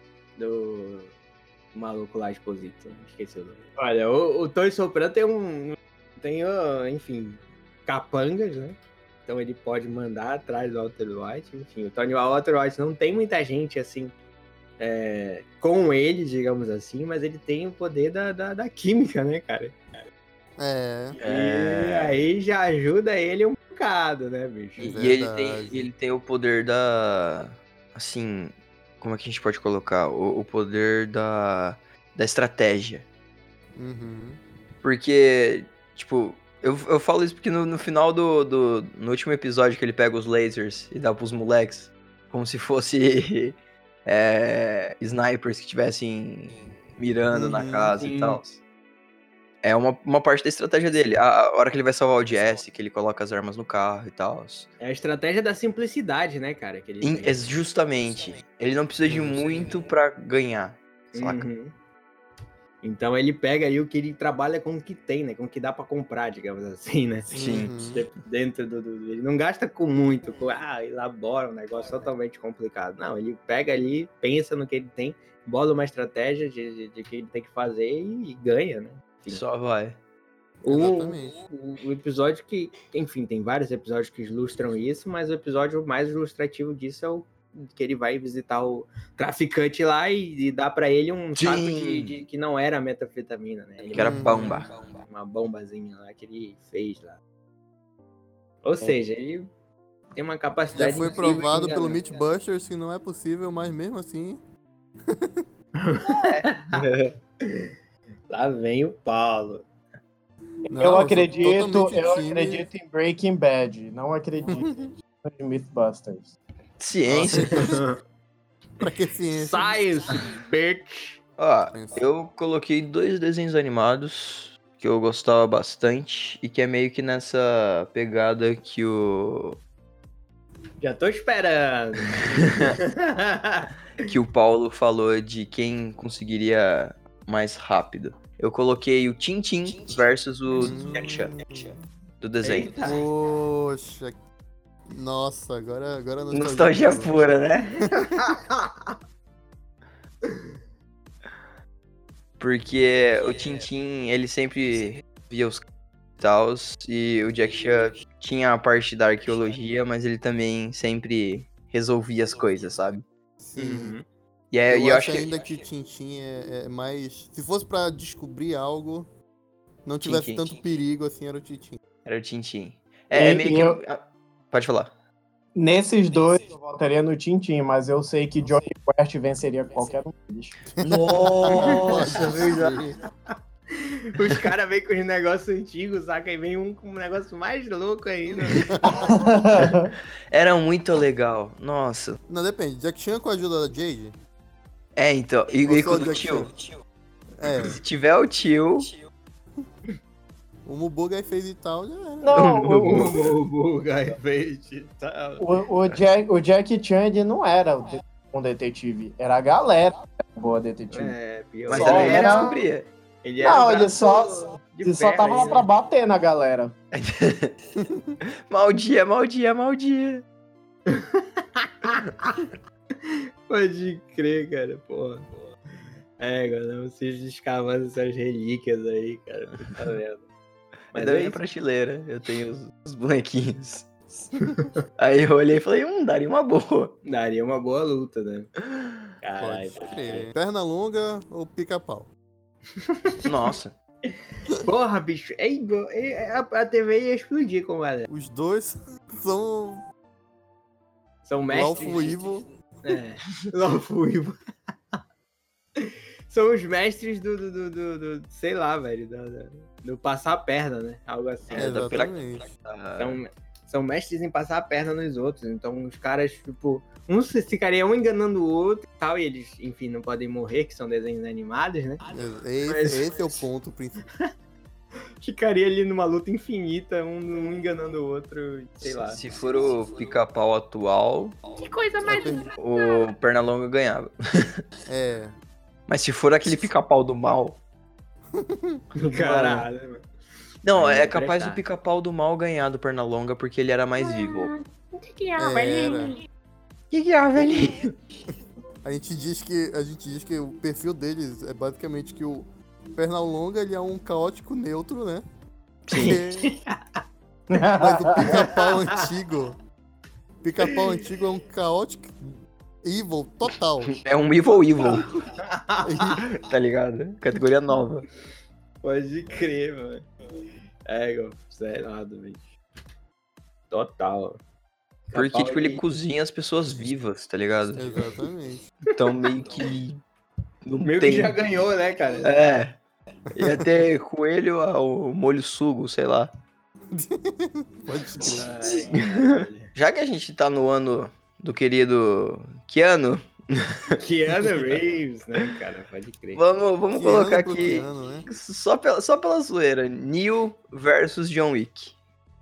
do maluco lá, Exposito. Esqueci o nome. Olha, o, o Tony Soprano tem um... Tem, ó, enfim, capangas, né? Então ele pode mandar atrás do Walter White. Enfim, o Tony Walter White não tem muita gente, assim, é, com ele, digamos assim, mas ele tem o poder da, da, da química, né, cara? É. E aí já ajuda ele um bocado, né, bicho? E, e ele, Verdade. tem, ele tem o poder da. Assim. Como é que a gente pode colocar? O, o poder da. Da estratégia. Uhum. Porque, tipo, eu, eu falo isso porque no, no final do, do. No último episódio que ele pega os lasers e dá pros moleques, como se fosse. é, snipers que estivessem mirando na Uhum, casa sim. e tal. É uma, uma parte da estratégia dele. A, a hora que ele vai salvar o Jesse, que ele coloca as armas no carro e tal. É a estratégia da simplicidade, né, cara? Que ele Em- tem. é justamente. Ele não precisa de Justamente. muito pra ganhar. Saca? Uhum. Então ele pega aí o que ele trabalha com o que tem, né? Com o que dá pra comprar, digamos assim, né? Sim. Uhum. De- Dentro do, do- Ele não gasta com muito, com, ah, elabora um negócio totalmente complicado. Não, ele pega ali, pensa no que ele tem, bola uma estratégia de, de, de que ele tem que fazer e, e ganha, né? Enfim. Só vai. O, Exatamente. o, o episódio que, enfim, tem vários episódios que ilustram isso, mas o episódio mais ilustrativo disso é o que ele vai visitar o traficante lá e, e dá pra ele um Sim. saco de, de- que não era metanfetamina, né? Ele Que era Hum. bomba. uma bombazinha lá que ele fez lá. Ou seja, ele tem uma capacidade Já foi incrível de provado pelo enganar. Mythbusters que não é possível, mas mesmo assim. Lá vem o Paulo. Não, eu sou acredito, totalmente eu time- acredito em Breaking Bad. Não acredito em Mythbusters. Ciência. Pra que ciência? Science, bitch. Ó, eu coloquei dois desenhos animados que eu gostava bastante e que é meio que nessa pegada que o Já tô esperando. que o Paulo falou de quem conseguiria mais rápido. Eu coloquei o Tintin versus o Hum. Jack Chan do desenho. Eita. Poxa. Nossa, agora, agora a Nostalgia pura. pura, né? Porque o Tintin, ele sempre via os tals e o Jack Chan tinha a parte da arqueologia, mas ele também sempre resolvia as coisas, sabe? Sim. Uhum. E é, eu, e eu acho acho ainda que Tintin é, é mais. Se fosse pra descobrir algo, não tivesse Tintin. tanto perigo assim, era o Tintin. Era o Tintin. É, é E- meio e que. eu- ah, Pode falar. Nesses dois, eu votaria no Tintin, mas eu sei que Johnny Quest venceria qualquer um deles. Nossa, verdade. Os caras vêm com os negócios antigos, saca? E vem um com um negócio mais louco ainda. Era muito legal. Nossa. Não, depende. Jack Chan com a ajuda da Jade? É, então. E, Ou e só com o o Jack tio. Chan? É, Se tiver o tio. o Mubuga fez e tal, já era. Não, o, O Bugai fez e tal. o, o, Jack, o Jack Chan ele não era o de- um detetive, era a galera que era boa detetive. É, pior. Mas Só também ele era- descobria. Ele era Não, o ele braço só- de Ele só ferro tava lá aí, pra né? bater na galera. Mal dia, mal dia, mal dia. Pode crer, cara, porra. É, galera, vocês escavando essas relíquias aí, cara, tu tá vendo. Mas Mas da é minha isso. prateleira, eu tenho os, os bonequinhos. Aí eu olhei e falei, hum, daria uma boa. Daria uma boa luta, né? Caralho. Pode crer. Perna longa ou pica-pau? Nossa. Porra, bicho, é igual. é- a, a T V ia explodir com ela. Os dois são São mestres. Lawful Evil. É, Lawful Evil. São os mestres do, do, do, do- do- sei lá, velho, do, do- do passar a perna, né? Algo assim. É, da pira- Exatamente. Ah, São, são mestres em passar a perna nos outros. Então os caras, tipo, um se ficaria um enganando o outro e tal, e eles, enfim, não podem morrer, que são desenhos animados, né? Esse, Mas- esse é o ponto principal. Ficaria ali numa luta infinita, um, um enganando o outro, sei lá. Se for o pica-pau atual, Que coisa mais. o Pernalonga ganhava. É. Mas se for aquele pica-pau do mal. Caralho, mano. Não, Aí é ia capaz prestar. do pica-pau do mal ganhar do Pernalonga porque ele era mais vivo. Era. Que que é, velhinho? A gente diz que a gente diz que o perfil deles é basicamente que o Pernalonga ele é um caótico neutro, né? Sim. Mas o pica-pau antigo, pica-pau antigo é um caótico evil total. É um evil evil. Tá ligado? Categoria nova. Pode crer, mano. É, igual, sei lá, do bicho. Total. Porque, Pica-pau, tipo, ele cozinha as pessoas vivas, tá ligado? Exatamente. Então meio que. Não Meio tem. que já ganhou, né, cara? É. Ia ter coelho ao molho sugo, sei lá. Pode crer. Ai, Já que a gente tá no ano do querido Keanu, caralho. Keanu Reeves, né, cara? Pode crer. vamos, vamos Que colocar ano pro aqui. que ano, né? Só pela, só pela zoeira. Neo versus John Wick.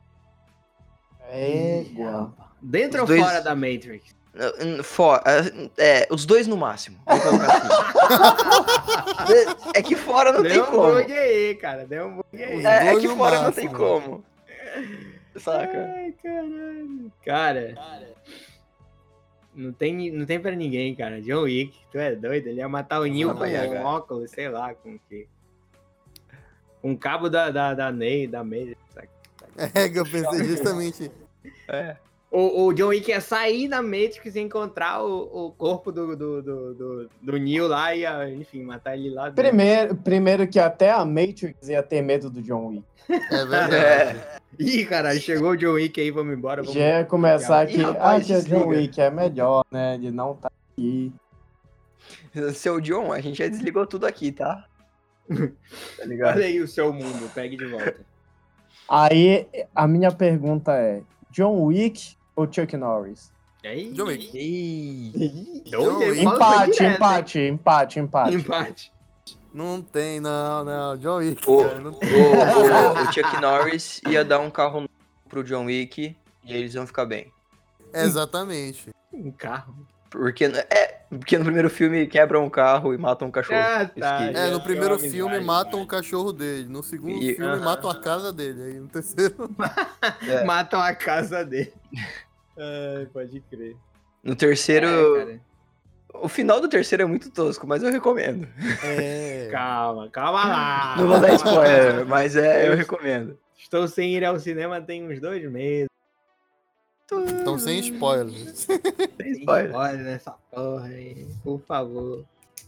Égua. Dentro Os ou dois- fora da Matrix? For, é, os dois no máximo. Vou colocar assim. É que fora não tem Deu um como. bug aí, cara. Deu um bug aí. Os É, é dois que no fora não máximo. tem como. Saca? Ai, caralho. Cara. Não tem, não tem pra ninguém, cara. John Wick, tu é doido? Ele ia matar o Neo com vai, um cara. óculos, sei lá, com o quê. Com o cabo da, da, da Ney, da Matrix, saca? É que eu pensei justamente. É. O, o John Wick ia sair da Matrix e encontrar o, o corpo do, do, do, do, do Neo lá e ia, enfim, matar ele lá dentro. Primeiro, primeiro que até a Matrix ia ter medo do John Wick. É verdade. Ih, caralho, chegou o John Wick aí, vamos embora. Vamos... Já ia começar Ih, aqui, ah, rapaz, que o desliga. John Wick é melhor, né? Ele não tá aqui. Seu John, a gente já desligou tudo aqui, tá? Tá ligado? Olha aí o seu mundo, pegue de volta. Aí, a minha pergunta é, John Wick ou Chuck Norris? Aí, John Wick. Ih, Ih, John olha, Wick. fala Empate, direto, hein? empate, empate, empate. Empate. Não tem, não, não. John Wick, O, cara. Não tem. o, o, o Chuck Norris ia dar um carro novo pro John Wick e eles iam ficar bem. Exatamente. Um carro. Porque, no- é, porque no primeiro filme quebram um carro e matam um cachorro. Ah, tá. Isso que- É, no Eu- primeiro eu filme amizade, matam vai. o cachorro dele. No segundo E- filme Aham. matam a casa dele. Aí no terceiro. É. Matam a casa dele. Ai, pode crer. No terceiro. É, cara. O final do terceiro é muito tosco, mas eu recomendo. É. Calma, calma lá. Não vou dar spoiler, mas é, eu recomendo. Estou sem ir ao cinema tem uns dois meses. Então sem spoilers. Tem spoiler. Olha nessa porra aí, por favor.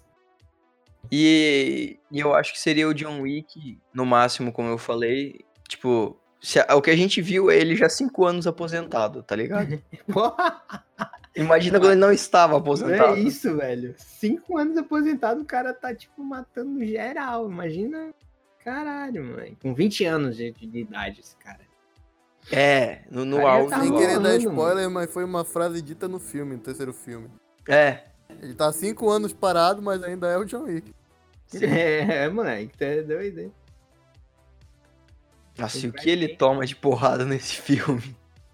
E, e eu acho que seria o John Wick, no máximo, como eu falei. Tipo, se a- o que a gente viu é ele já cinco anos aposentado, tá ligado? Porra, Imagina quando ele não estava não aposentado. é isso, velho. Cinco anos aposentado, o cara tá, tipo, matando geral. Imagina. Caralho, mano. Com vinte anos de, de idade, esse cara. É, no, no Aí já auge. tá Sem bom. querer dar rolando, spoiler, mas foi uma frase dita no filme, no terceiro filme. É. Ele tá há cinco anos parado, mas ainda é o John Wick. É, moleque, tá doido, hein? Nossa, e o que ele toma de porrada nesse filme?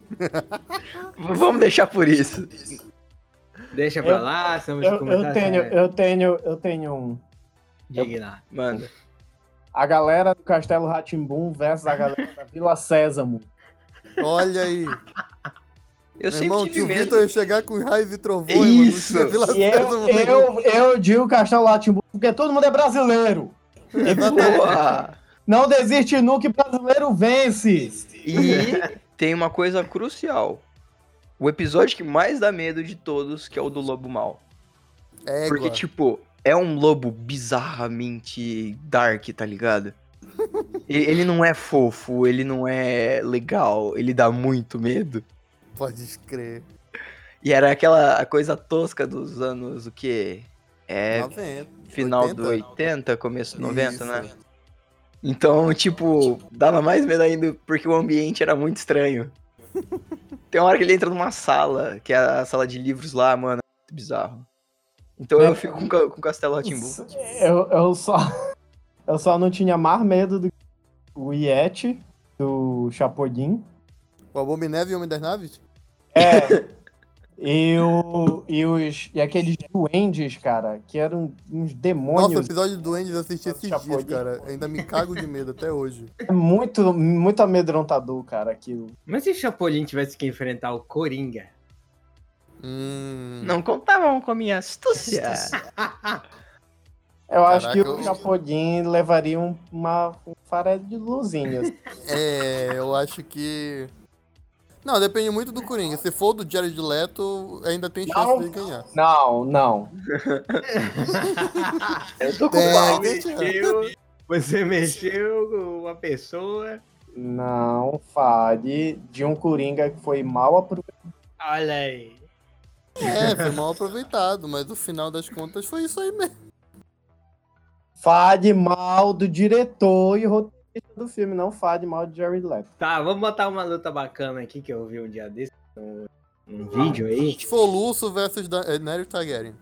Vamos deixar por isso. Deixa pra Eu- lá, estamos Eu, eu começar tenho, a eu tenho, eu tenho um. dignar. Manda. A galera do Castelo Rá-Tim-Bum versus a galera da Vila Sésamo. Olha aí. Eu Meu sempre irmão, tive que o medo. Vitor ia chegar com raios e trovões, Isso. mano. Não tinha Vila E eu, Sésamo nenhum. eu, eu digo Castelo Rá-Tim-Bum porque todo mundo é brasileiro. Porra! Não desiste nunca, que brasileiro vence. E tem uma coisa crucial. O episódio que mais dá medo de todos, que é o do Lobo Mal. Égua. Porque, tipo, é um lobo bizarramente dark, tá ligado? E- Ele não é fofo, ele não é legal, ele dá muito medo. Pode crer. E era aquela coisa tosca dos anos, o quê? É, noventa, final do oitenta. oitenta, começo do noventa, Isso. né? Então, tipo, dava mais medo ainda porque o ambiente era muito estranho. Tem uma hora que ele entra numa sala, que é a sala de livros lá, mano, é muito bizarro. Então eu fico com, ca- com o Castelo Rá-Tim-Bum. Eu, eu, só, eu só não tinha mais medo do o Yeti, do Chapolin. O Abominével e o Homem das Naves? É. E, o, e, os, e aqueles duendes, cara, que eram uns Nossa, o demônios. episódio do Duendes eu assisti esses dias, Chapolin. cara. Ainda me cago de medo até hoje. É muito, muito amedrontador, cara, aquilo. Mas se o Chapolin tivesse que enfrentar o Coringa? Hum. Não contavam com a minha astúcia. Eu acho que Caraca, o eu- Chapolin levaria um, uma, um farelo de luzinhas. É, eu acho que. Não, depende muito do Coringa. Se for do Jared Leto, ainda tem chance Não. de ganhar. Não, não. Eu tô com É, pau. tem chance. Mexeu, você mexeu com uma pessoa. Não fale de um Coringa que foi mal aproveitado. Olha aí. É, foi mal aproveitado, mas no final das contas foi isso aí mesmo. Fale mal do diretor e roteirista do filme, não fale mal de Jared Leto. Tá, vamos botar uma luta bacana aqui que eu vi um dia desse. Um, um vídeo aí. Soluço versus da... é, Daenerys Targaryen.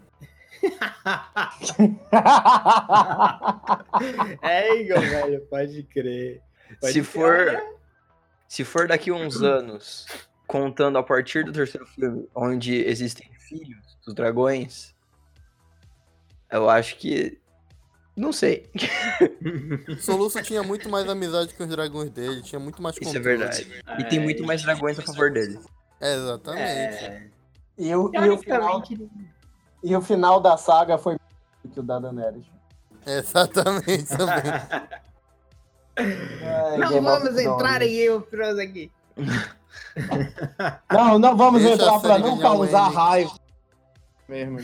É, Igor, velho, pode crer. Pode Se crer. for, se for daqui uns anos, contando a partir do terceiro filme, onde existem filhos dos dragões, eu acho que. Não sei. Soluço tinha muito mais amizade com os dragões dele, tinha muito mais Isso é controle. verdade. E tem muito mais dragões a favor dele. É, exatamente. É, E o, e, o final, teoricamente, e o final da saga foi que o da Daenerys. Exatamente também. Ai, não Game of vamos entrar Thrones. em Game of Thrones aqui. Não, não vamos Deixa entrar a pra série não ganhar o causar Emmy. raiva. Mesmo.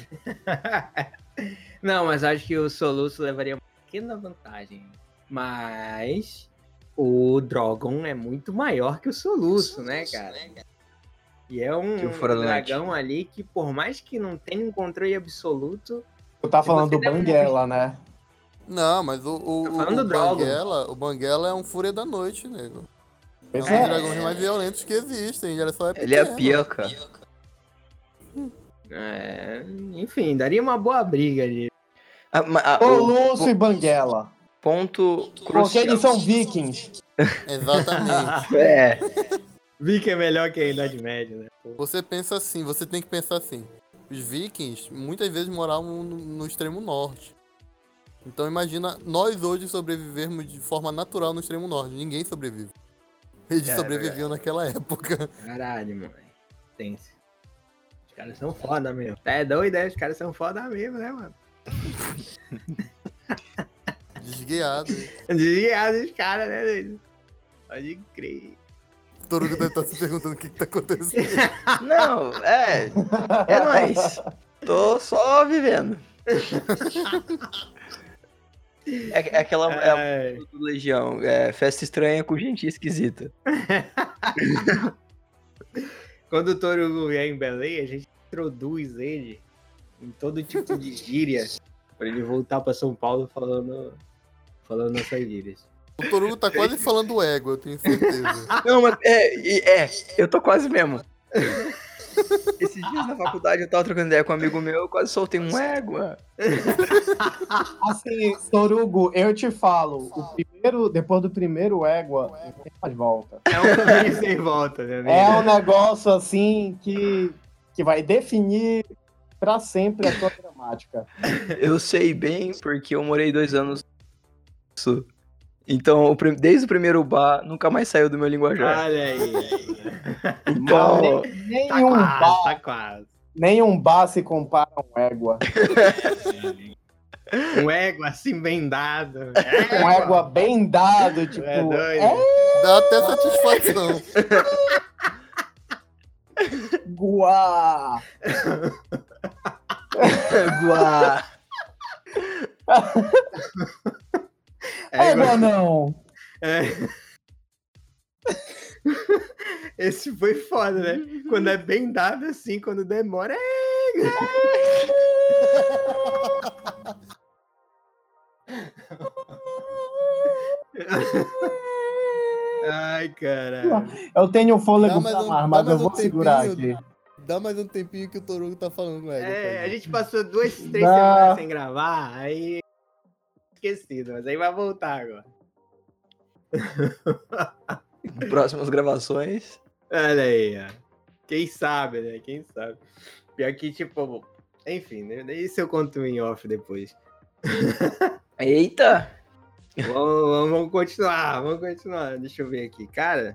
Não, mas acho que o Soluço levaria uma pequena vantagem. Mas o Drogon é muito maior que o Soluço, né, cara? E é um Que o Fora da Noite. dragão ali que, por mais que não tenha um controle absoluto, Tu tá Se falando você do der um- Banguela, né? Não, mas o, o, Tô o, falando o do Drogon. Banguela, o Banguela é um Fúria da Noite, nego. É um dos É. dragões mais violentos que existem, ele só é Ele é pequeno. pioca. É, enfim, daria uma boa briga ali. Ah, ma- ah, Ô, o Lúcio e Banguela. ponto Porque crucial. eles são vikings. Exatamente. É, Vi que é melhor que a Idade Média, né? Pô. Você pensa assim, você tem que pensar assim. Os vikings muitas vezes moravam no, no extremo norte. Então imagina nós hoje sobrevivermos de forma natural no extremo norte. Ninguém sobrevive. Eles É, sobreviviam naquela época. Caralho, mano. Tenso. Os caras são foda mesmo. É doido, né? Os caras são foda mesmo, né, mano? Desguiado. Desviado os caras, né, doido? Pode crer. O Torugo deve estar se perguntando o que, que tá acontecendo. não, é. É nóis. Tô só vivendo. É, é aquela é a É. música do Legião. É festa estranha com gente esquisita. Quando o Torugo vier em Belém, a gente introduz ele em todo tipo de gíria pra ele voltar pra São Paulo falando, falando nossas gírias. O Torugo tá quase falando ego, eu tenho certeza. Não, mas é, e- é, eu tô quase mesmo. Esses dias na faculdade eu tava trocando ideia com um amigo meu, eu quase soltei um égua. Assim, Torugo, eu te falo, o primeiro, depois do primeiro égua, não tem mais volta. É um caminho sem volta, né, amigo? É um negócio assim que, que vai definir pra sempre a tua gramática. Eu sei bem porque eu morei dois anos no Sul. Então, o prim- desde o primeiro bar, nunca mais saiu do meu linguajar. Olha aí. Então, Nem, Tá nenhum, quase, bar, tá quase. nenhum bar se compara a um égua. Um égua assim bem dado. Um égua bem dado, tipo. É doido. É Dá até satisfação. égua! égua. Égua não! É. Esse foi foda, né? Quando é bem dado assim, quando demora, é. Ai, caralho. Eu tenho fôlego Dá mais pra um- mais, dá mas mais eu um vou segurar tempinho. aqui. Dá mais um tempinho que o Torugo tá falando ego. É, cara. a gente passou duas, três Dá. semanas sem gravar, aí. Esquecido, mas aí vai voltar agora. Próximas gravações. Olha aí, ó. Quem sabe, né? Quem sabe. Pior que, tipo, enfim, né? Isso eu conto em off depois. Eita! vamos, vamos- vamos continuar, vamos continuar. Deixa eu ver aqui. Cara,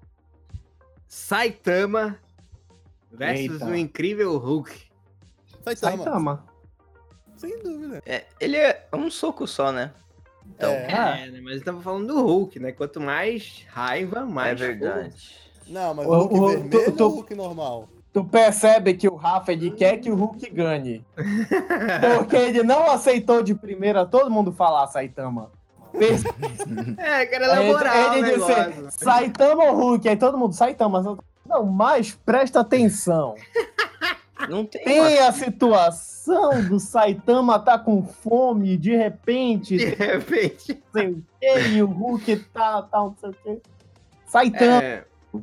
Saitama versus Eita. o incrível Hulk. Saitama. Saitama. Sem dúvida. É, ele é um soco só, né? Então, É. Ah. É, né? Mas eu tava falando do Hulk, né? Quanto mais raiva, é mais verdade. Não, mas O- o Hulk o- vermelho tu- tu- ou o Hulk normal? Tu percebe que o Rafa ele quer que o Hulk ganhe. Porque ele não aceitou de primeira todo mundo falar Saitama. Fez- É, quero Ele, elaborar o ele negócio. disse Saitama ou Hulk? Aí todo mundo, Saitama. Não, mas presta atenção. Não tem, Tem uma- a situação do Saitama tá com fome, de repente, De repente. não sei o quê, e o Hulk tá, tá, não sei o quê. Saitama. É,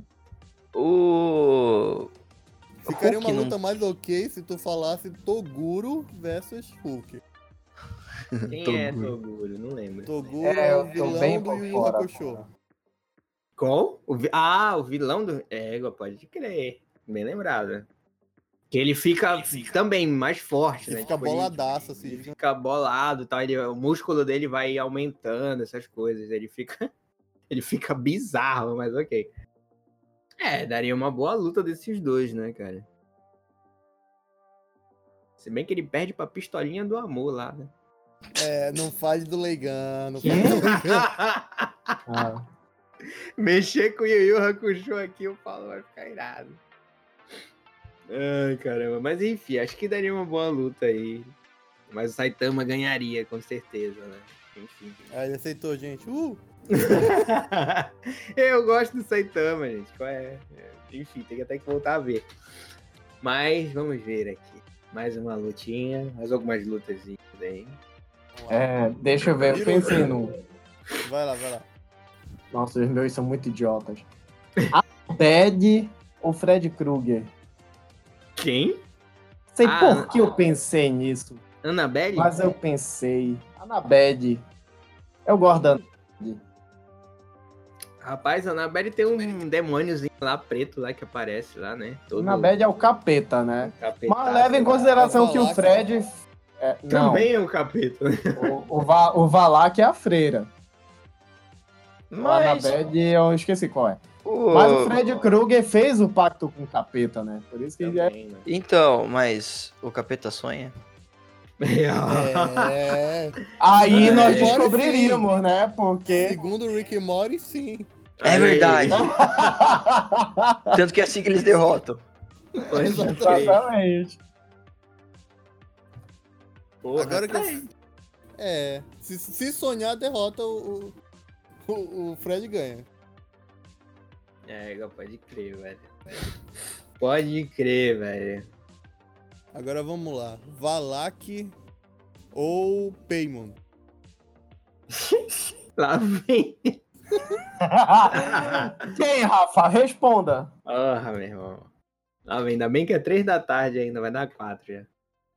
O. Ficaria uma Hulk não- luta mais ok se tu falasse Toguro versus Hulk. quem é Toguro? Não lembro. Toguro É, é, eu o tô vilão bem do por Yu Yu fora, Hakusho. cara. Qual? O vi- Ah, o vilão do. Égua, pode crer. Bem lembrado. Que ele fica também mais forte, Ele né? fica Tipo, ele- boladaço, assim. Ele fica bolado e tal. Ele, o músculo dele vai aumentando, essas coisas. Ele fica. Ele fica bizarro, mas ok. É, daria uma boa luta desses dois, né, cara? Se bem que ele perde pra pistolinha do amor lá, né? É, não fale do Leigan, não Quê? fale do Leigan. Ah. Mexer com o Yu Yu Hakusho aqui, eu falo, vai ficar irado. Ai, caramba. Mas enfim, acho que daria uma boa luta aí. Mas o Saitama ganharia, com certeza, né? Enfim. Aí ele aceitou, gente. Uh! Eu gosto do Saitama, gente. Qual é? Enfim, tem que até que voltar a ver. Mas vamos ver aqui. Mais uma lutinha. Mais algumas lutas aí. É, deixa eu ver, eu pensei no. Vai lá, vai lá. Nossa, os meus são muito idiotas. Annabelle ou Fred Krueger? Quem? Sei Ah, por que eu pensei nisso, Annabelle? mas eu pensei. Annabelle. Eu gosto da Annabelle. Rapaz, a Annabelle tem um demôniozinho lá preto lá que aparece lá, né? Todo Annabelle é o capeta, né? capetaço Mas leva em lá. consideração É o que o Valak. Fred. É, não, Também é um capeta. né? o, o, Va- o Valak é a freira. O Mas. Annabelle, eu esqueci qual é. o- Mas o Fred Krueger fez o pacto com o capeta, né? Por isso que ele é. Também, né? Então, mas o capeta sonha? É. Aí É, nós é. descobriríamos, né? Porque. Segundo o Rick e Morty, sim. É Aí. verdade. Tanto que é assim que eles derrotam. Pode crer. Exatamente. Porra, Agora que tá eu... aí. É. Se, se sonhar, derrota o, o, o, o Fred ganha. É, pode crer, velho. Pode crer, velho. Agora vamos lá. Valak ou Paimon? Lá vem. Quem, Rafa? Responda. Porra, meu irmão. Lá vem. Ainda bem que é três da tarde ainda, vai dar quatro já.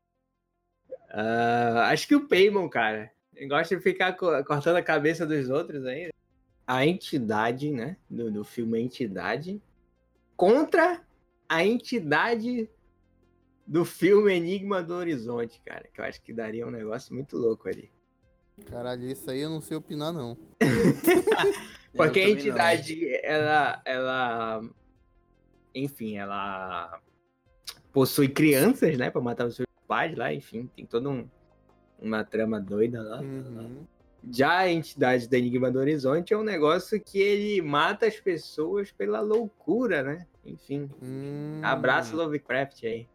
Ah, acho que o Paimon, cara. Ele gosta de ficar co- cortando a cabeça dos outros aí. A entidade, né? Do, do filme Entidade. Contra a entidade do filme Enigma do Horizonte, cara. Que eu acho que daria um negócio muito louco ali. Caralho, isso aí eu não sei opinar, não. Porque Eu a também entidade, ela, ela. Enfim, ela possui crianças, né? Pra matar os seus pais lá, enfim, tem toda um, uma trama doida lá. Uhum. Já a entidade do Enigma do Horizonte é um negócio que ele mata as pessoas pela loucura, né? Enfim, Hum. abraço Lovecraft aí.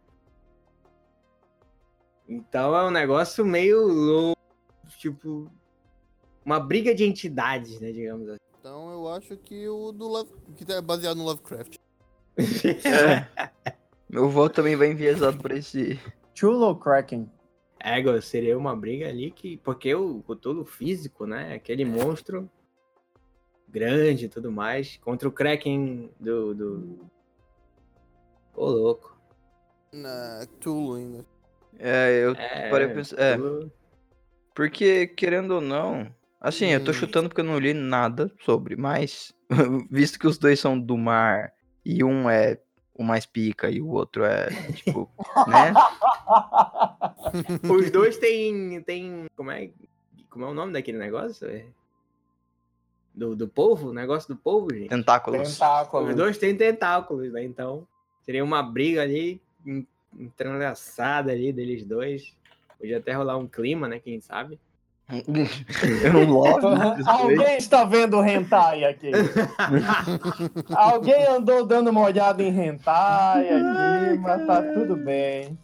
Então é um negócio meio louco, tipo, uma briga de entidades, né, digamos assim. Então eu acho que o do Love... que é baseado no Lovecraft. É. Meu voto também vai enviesado por esse. Chulo Kraken. É, seria uma briga ali que. Porque o Cthulhu físico, né? Aquele monstro grande e tudo mais. Contra o Kraken do. do... Ô, louco. Na Cthulhu ainda. É, eu É, parei pra pensar. É, Cthulhu- porque, querendo ou não. Assim, eu tô Hum. chutando porque eu não li nada sobre, mas. Visto que os dois são do mar e um é o mais pica e o outro é, tipo, né? Os dois têm. Tem. Como é, como é o nome daquele negócio? É... Do, do polvo? O negócio do polvo, gente. Tentáculos. Tentáculo. Os dois têm tentáculos, né? Então, seria uma briga ali, en- entrelaçada ali deles dois. Podia até rolar um clima, né? Quem sabe? Eu não love. entre os dois. Alguém está vendo hentai aqui? Alguém andou dando uma olhada em hentai aqui, mas tá tudo bem.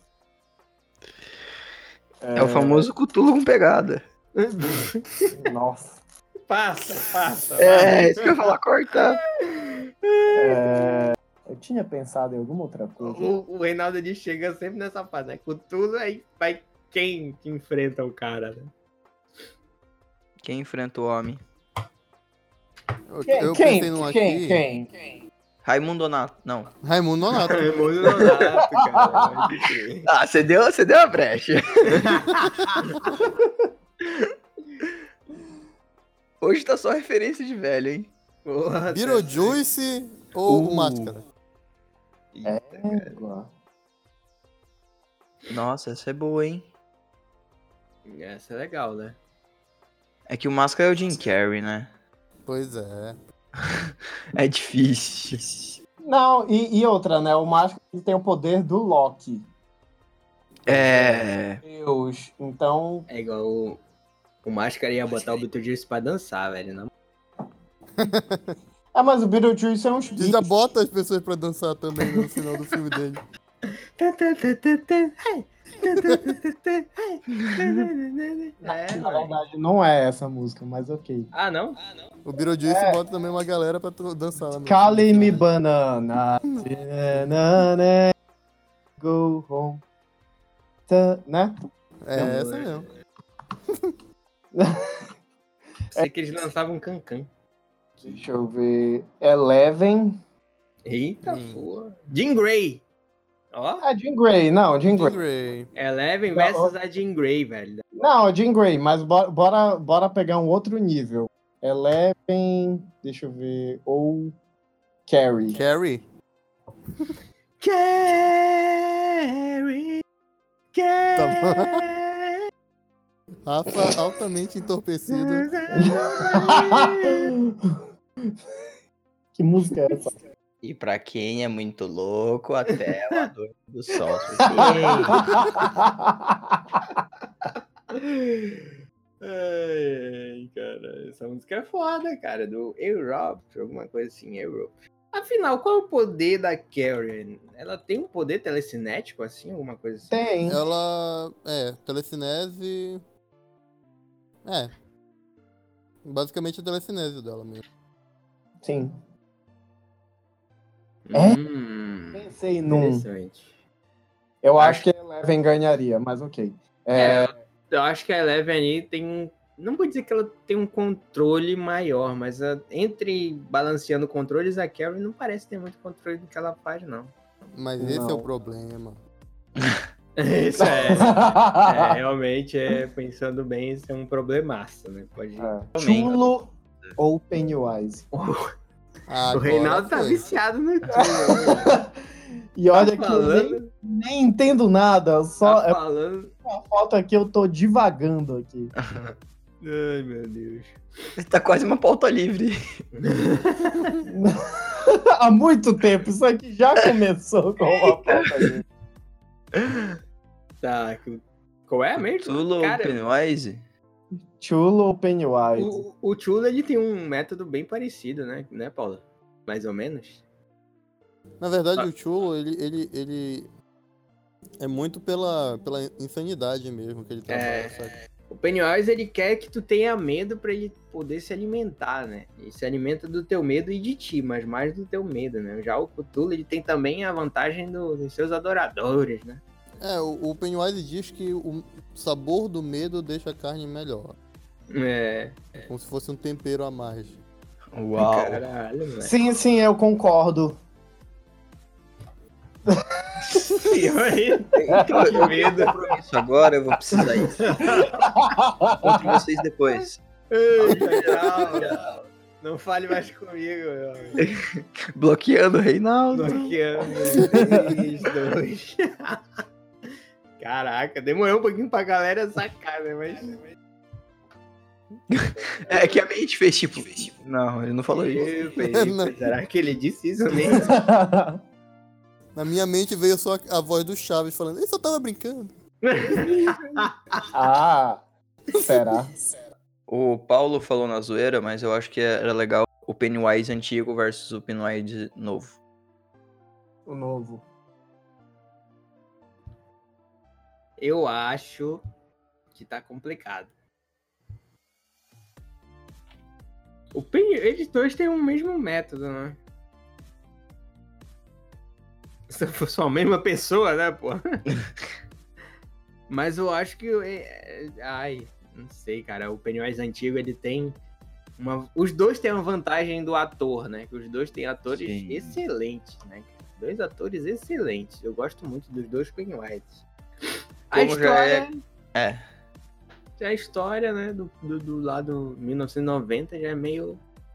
É o famoso Cthulhu com pegada. Nossa. Passa, passa. É, isso que eu ia falar, corta. É, eu tinha pensado em alguma outra coisa. O, o Reinaldo ele chega sempre nessa fase, né? Com tudo aí vai quem que enfrenta o cara, né? Quem enfrenta o homem? Eu, Quem? eu Quem? pensei num Quem? aqui. Quem? Raimundo Donato. Não. Raimundo Nonato. Raimundo Nonato, cara. pode crer. Ah, você deu, você deu a brecha. Hoje tá só referência de velho, hein? Porra, Beetlejuice ou Uh. o Máscara? Égua. Nossa, essa é boa, hein? Essa é legal, né? É que o Máscara é o Jim Carrey, né? Pois é. É difícil. Não, e, e outra, né? O Mágico ele tem o poder do Loki. É. Deus. Então, É igual o, o Máscara ia botar o Beetlejuice pra dançar, velho. Não? ah, mas o Beetlejuice é um Ele já bota as pessoas pra dançar também no final do filme dele. É, Na velho. verdade, não é essa música, mas ok. Ah, não? O Beetlejuice É. bota também uma galera pra to- dançar lá no Call me banana. banana, Go home. Tá, né? É essa mesmo. Sei que eles lançavam um Cancan. Deixa eu ver. Eleven. Eita, Hum. porra. Jean Grey. Ó, Ah, Jean Grey. Não, Jean Jean Grey. Grey. Eleven Não, versus a Jean Grey, velho. Não, Jean Grey, mas bora, bora, bora pegar um outro nível. Eleven. Deixa eu ver. Ou Carrie. Carrie? Carrie. Carrie. Rafa altamente entorpecido. Que música é essa? E pra quem é muito louco, até o Adorno do Sol. Ai, ai, cara, essa música é foda, cara, do Europe, alguma coisa assim, Europe. Afinal, qual é o poder da Carrie? Ela tem um poder telecinético, assim, alguma coisa assim? Tem. Ela. É, telecinese. É. Basicamente a telecinese dela mesmo. Sim. É? Hum, Pensei num. interessante. Eu acho Acho- que a Eleven ganharia, mas ok. É, É, eu acho que a Eleven ali tem um. Não vou dizer que ela tem um controle maior, mas a- entre balanceando controles, a Carrie não parece ter muito controle do que ela faz, não. Mas esse é o Não. problema. Isso é, é, realmente, é, pensando bem, isso é um problemaço, né? Pode. É. Chulo ou Pennywise? Agora o Reinaldo tá foi. viciado no Chulo. E olha tá que eu falando, nem, nem entendo nada, só tá é falando. uma foto aqui, eu tô divagando aqui. Ai, meu Deus. Tá quase uma pauta livre. Há muito tempo, isso aqui já começou com uma foto aqui. Tá, que- qual é mesmo? Tulo ou Cara, Pennywise? Chulo ou Pennywise? o, o Chulo, ele tem um método bem parecido, né? Né, Paula? Mais ou menos. Na verdade, Ah. o Chulo, ele, ele, ele é muito pela, pela insanidade mesmo que ele trabalha, É. sabe? O Pennywise, ele quer que tu tenha medo pra ele poder se alimentar, né? Ele se alimenta do teu medo e de ti, mas mais do teu medo, né? Já o Cthulhu, ele tem também a vantagem do- dos seus adoradores, né? É, o, o Pennywise diz que o sabor do medo deixa a carne melhor. É, Como se fosse um tempero a mais. Uau. caralho, velho. Sim, sim, eu concordo. Pior ainda, Então, que eu medo. tenho compromisso agora, eu vou precisar ir. Encontro vocês depois. Ei, tchau, tchau. Não fale mais comigo, meu amigo. Bloqueando o Reinaldo. Bloqueando. três, dois. Caraca, demorou um pouquinho pra galera sacar, né? Mas. É que a mente fez tipo. Não, ele não falou isso. Epa, epa, Não. será que ele disse isso mesmo? Na minha mente veio só a, a voz do Chaves falando, ele só tava brincando. Ah, será? O Paulo falou na zoeira, mas eu acho que era legal o Pennywise antigo versus o Pennywise novo. O novo. Eu acho que tá complicado. O Pen... Eles dois têm o mesmo método, né? Se fosse a mesma pessoa, né, pô? Mas eu acho que... é, ai, não sei, cara. O Pennywise antigo, ele tem... Uma... Os dois têm uma vantagem do ator, né? Que os dois têm atores Sim. excelentes, né? Dois atores excelentes. Eu gosto muito dos dois Pennywise. A Como já história... é- É. A história, né, do, do, do lado mil novecentos e noventa já é meio...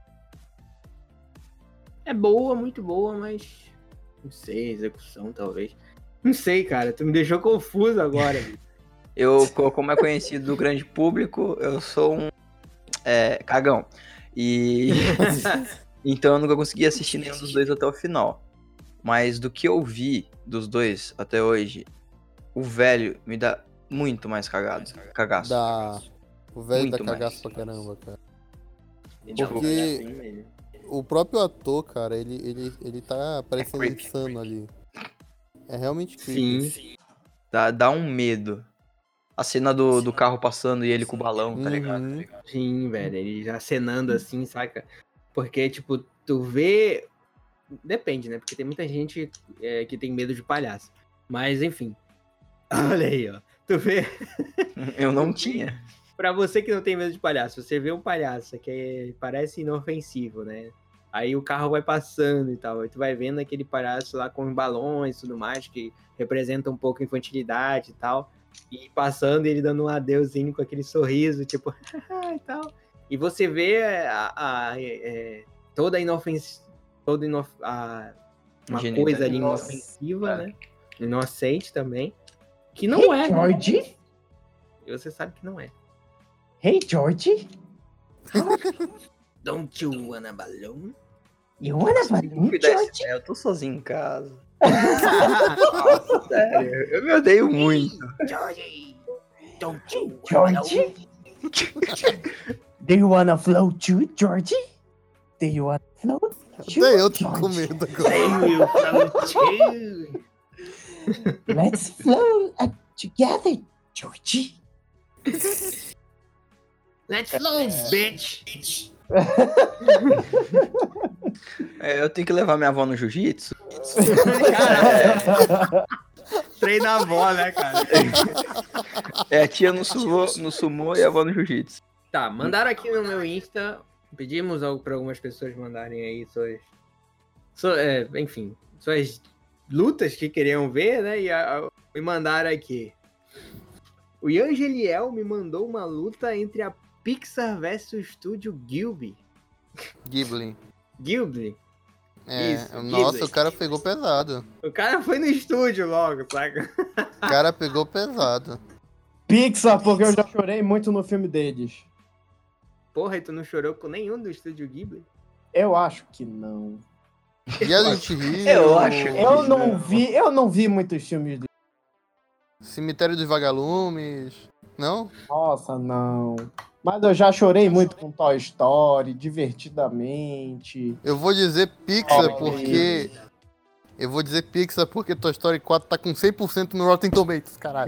É boa, muito boa, mas... Não sei, execução talvez. Não sei, cara, tu me deixou confuso agora. Eu, co- como é conhecido do grande público, eu sou um é, cagão. E então eu nunca consegui assistir nenhum dos dois até o final. Mas do que eu vi dos dois até hoje, o velho me dá muito mais cagado. Cagaço. Da... O velho Muito dá cagaço mais. pra caramba, cara. Então, Porque- é assim mesmo. O próprio ator, cara, ele, ele, ele tá parecendo creepy. insano ali. É realmente creepy. Sim, Dá, dá um medo. A cena do, do carro passando e ele com o balão, tá ligado? Uhum. sim, velho. Ele já acenando assim, saca? Porque, tipo, tu vê... Depende, né? Porque tem muita gente é, que tem medo de palhaço. Mas, enfim. Olha aí, ó. Tu vê... Eu não tinha. Pra você que não tem medo de palhaço, você vê um palhaço que é- parece inofensivo, né? Aí o carro vai passando e tal, aí tu vai vendo aquele palhaço lá com balões e tudo mais, que representa um pouco a infantilidade e tal, e passando e ele dando um adeuzinho com aquele sorriso, tipo, e tal. E você vê a, a- é, toda a inofensiva, toda inof a, uma Ingenuidade. coisa ali Nossa. inofensiva, É. né? Inocente também, que não Hey, é. George? E você sabe que não é. Hey, George? Don't you wanna balloon? You wanna balloon, Cuidar esse George? pé, eu tô sozinho em casa. Nossa, sério, eu me odeio muito. Georgie! Don't you wanna balloon? George? Do you wanna float too, Georgie? Do you wanna float? Até eu tô George? com medo agora. I will float too. Let's float uh, together, Georgie. Let's float, bitch! É, eu tenho que levar minha avó no jiu-jitsu. Cara, treina a avó, né, cara? É a tia no sumô, no sumô e a avó no jiu-jitsu. Tá, mandaram aqui no meu Insta, pedimos para algumas pessoas mandarem aí suas, su- é, enfim, suas lutas que queriam ver, né? E a- a- me mandaram aqui. O Yangeliel me mandou uma luta entre a Pixar versus o estúdio Ghibli. Ghibli. Ghibli. É, Isso, nossa, Ghibli. o cara pegou pesado. O cara foi no estúdio logo, saca? O cara pegou pesado. Pixar, porque eu já chorei muito no filme deles. Porra, e tu não chorou com nenhum do estúdio Ghibli? Eu acho que não. E a gente riu. Eu acho. Eu não vi, eu não vi muitos filmes deles. Cemitério dos Vagalumes. Não? Nossa, não. Mas eu já chorei muito com Toy Story, divertidamente. Eu vou dizer Pixar Oh, porque. Eu vou dizer Pixar porque Toy Story quatro tá com cem por cento no Rotten Tomatoes, caralho.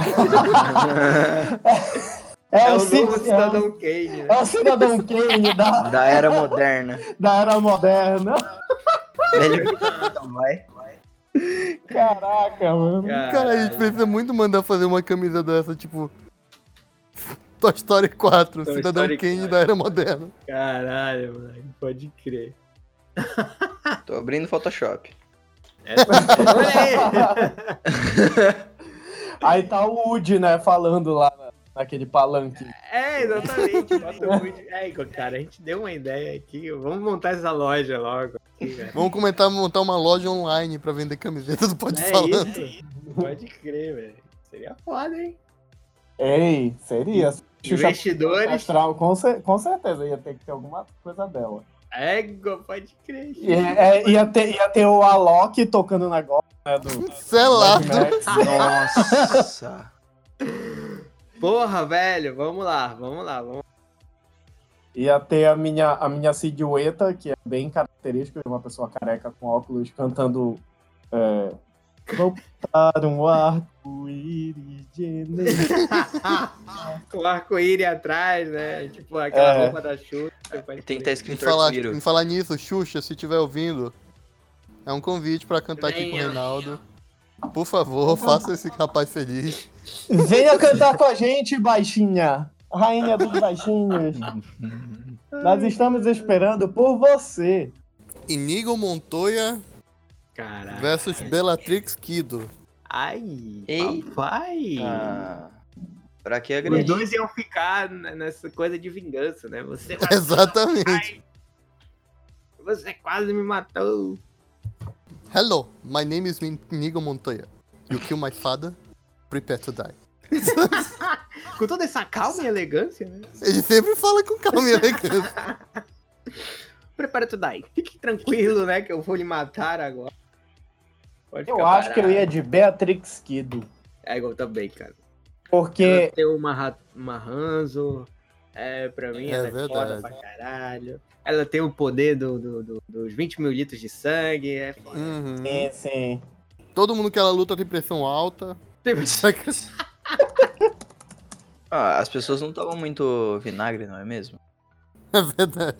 É, É o o Cid- novo Cidadão Kane, né? é o Cidadão Kane da, Da era moderna. da era moderna. Melhor que então, vai. Caraca, mano. Cara, a gente precisa muito mandar fazer uma camisa dessa, tipo. Toy Story quatro, Toy Cidadão Story Kane quatro. da era moderna. Caralho, mano, pode crer. Tô abrindo Photoshop. Essa... Olha aí! Aí tá o Woody, né, falando lá na- naquele palanque. É, exatamente. Bota o vídeo. É, cara, a gente deu uma ideia aqui. Vamos montar essa loja logo. Aqui, velho. Vamos comentar, montar uma loja online pra vender camisetas do Pode É Falando. isso. Pode crer, velho. Seria foda, hein? Ei, seria. Xuxa Investidores. Astral, com, cer- com certeza ia ter que ter alguma coisa dela. Ego, pode crer. E, é, ia, ter, ia ter o Alok tocando na gola, né, do Selado. Mad Max. Nossa. Porra, velho. Vamos lá, vamos lá. Vamos... Ia ter a minha, a minha silhueta, que é bem característica de uma pessoa careca com óculos cantando. É, vou botar um arco-íris de neve. Com o arco-íris atrás, né? Tipo, aquela É. roupa da Xuxa. pode Tem que crer. estar Em escrito falar, arco-íris. em falar nisso, Xuxa, se estiver ouvindo, é um convite pra cantar aqui com o Venha. Reinaldo. Por favor, faça esse rapaz feliz. Venha cantar com a gente, baixinha. Rainha dos baixinhos. Nós estamos esperando por você. Inigo Montoya Caralho. versus Bellatrix Kido. Ai, Ei. papai. Ah, pra que Os agredir? dois iam ficar n- nessa coisa de vingança, né? Você matou Exatamente. meu pai. Você quase me matou. Hello, my name is Inigo Montoya. You kill my father, prepare to die. Com toda essa calma e elegância, né? Ele sempre fala com calma e elegância. Prepara tu daí. Fique tranquilo, né? Que eu vou lhe matar agora. Pode Eu ficar acho que eu parado. ia de Beatrix Kido. É igual também, cara. Porque Ela tem uma, ra- uma Hanzo. É, pra mim, É ela é foda verdade. pra caralho. Ela tem o poder do, do- do- dos vinte mil litros de sangue. É foda. Uhum. sim, sim. Todo mundo que ela luta tem pressão alta. Ah, as pessoas não tomam muito vinagre, não é mesmo? É verdade.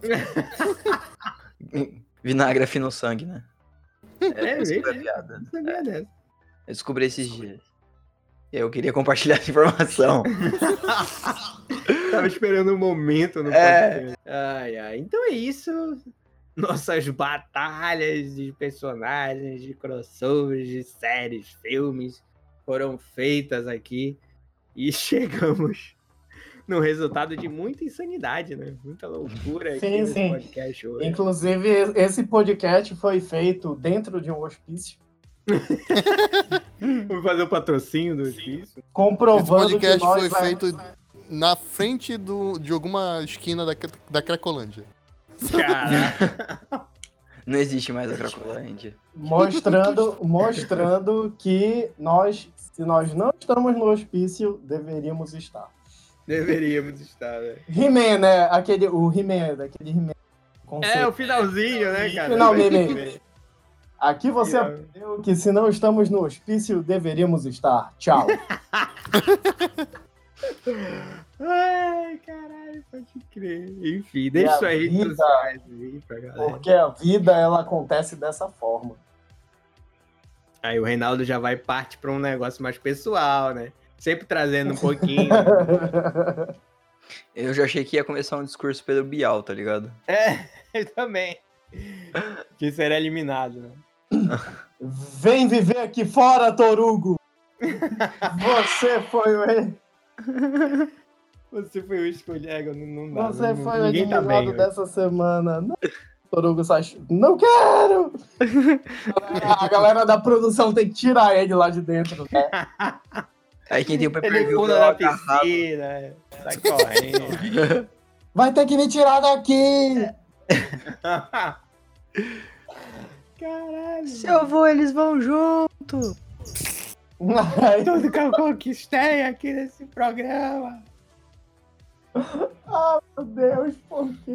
Vinagre afina o sangue, né? É, Eu descobri a mesmo? piada. Não sabia dessa. Eu descobri esses dias. Eu queria compartilhar essa informação. Tava esperando um momento no É. podcast. Ai, ai. Então é isso. Nossas batalhas de personagens, de crossovers, de séries, filmes foram feitas aqui. E chegamos no resultado de muita insanidade, né? Muita loucura aqui Sim, nesse sim. podcast hoje. Inclusive, esse podcast foi feito dentro de um hospício, Vamos fazer o patrocínio do hospício. Esse comprovando podcast que nós foi vai- feito na frente do, de alguma esquina da, da Cracolândia. Caraca. Não existe mais a Cracolândia. mostrando, mostrando que nós, se nós não estamos no hospício, deveríamos estar. Deveríamos estar, velho. He-Man, né? Aquele, o He-Man, daquele He-Man. É, conceito. o finalzinho, né, cara? Finalmente. Aqui você Final. aprendeu que se não estamos no hospício, deveríamos estar. Tchau. Ai, caralho, pode crer. Enfim, E deixa a isso aí vida- nos sociais aí pra galera. Porque a vida, ela acontece dessa forma. Aí o Reinaldo já vai parte pra um negócio mais pessoal, né? Sempre trazendo um pouquinho. Eu já achei que ia começar um discurso Pedro Bial, tá ligado? É, eu também. Que será eliminado, né? Vem viver aqui fora, Torugo! Você foi o rei. Você foi o escolhido, não, não dá. Você não, foi o ninguém tá bem. eliminado hoje. dessa semana. Não, Torugo sai. Não quero! A galera da produção tem que tirar ele lá de dentro, né? Aí quem tem o Ele pay-per-view pula é o na agarrado. piscina, sai correndo. Vai ter que me tirar daqui! Caralho. Se eu vou, eles vão junto. Ai, Tudo que eu conquistei aqui nesse programa. meu Deus, por quê?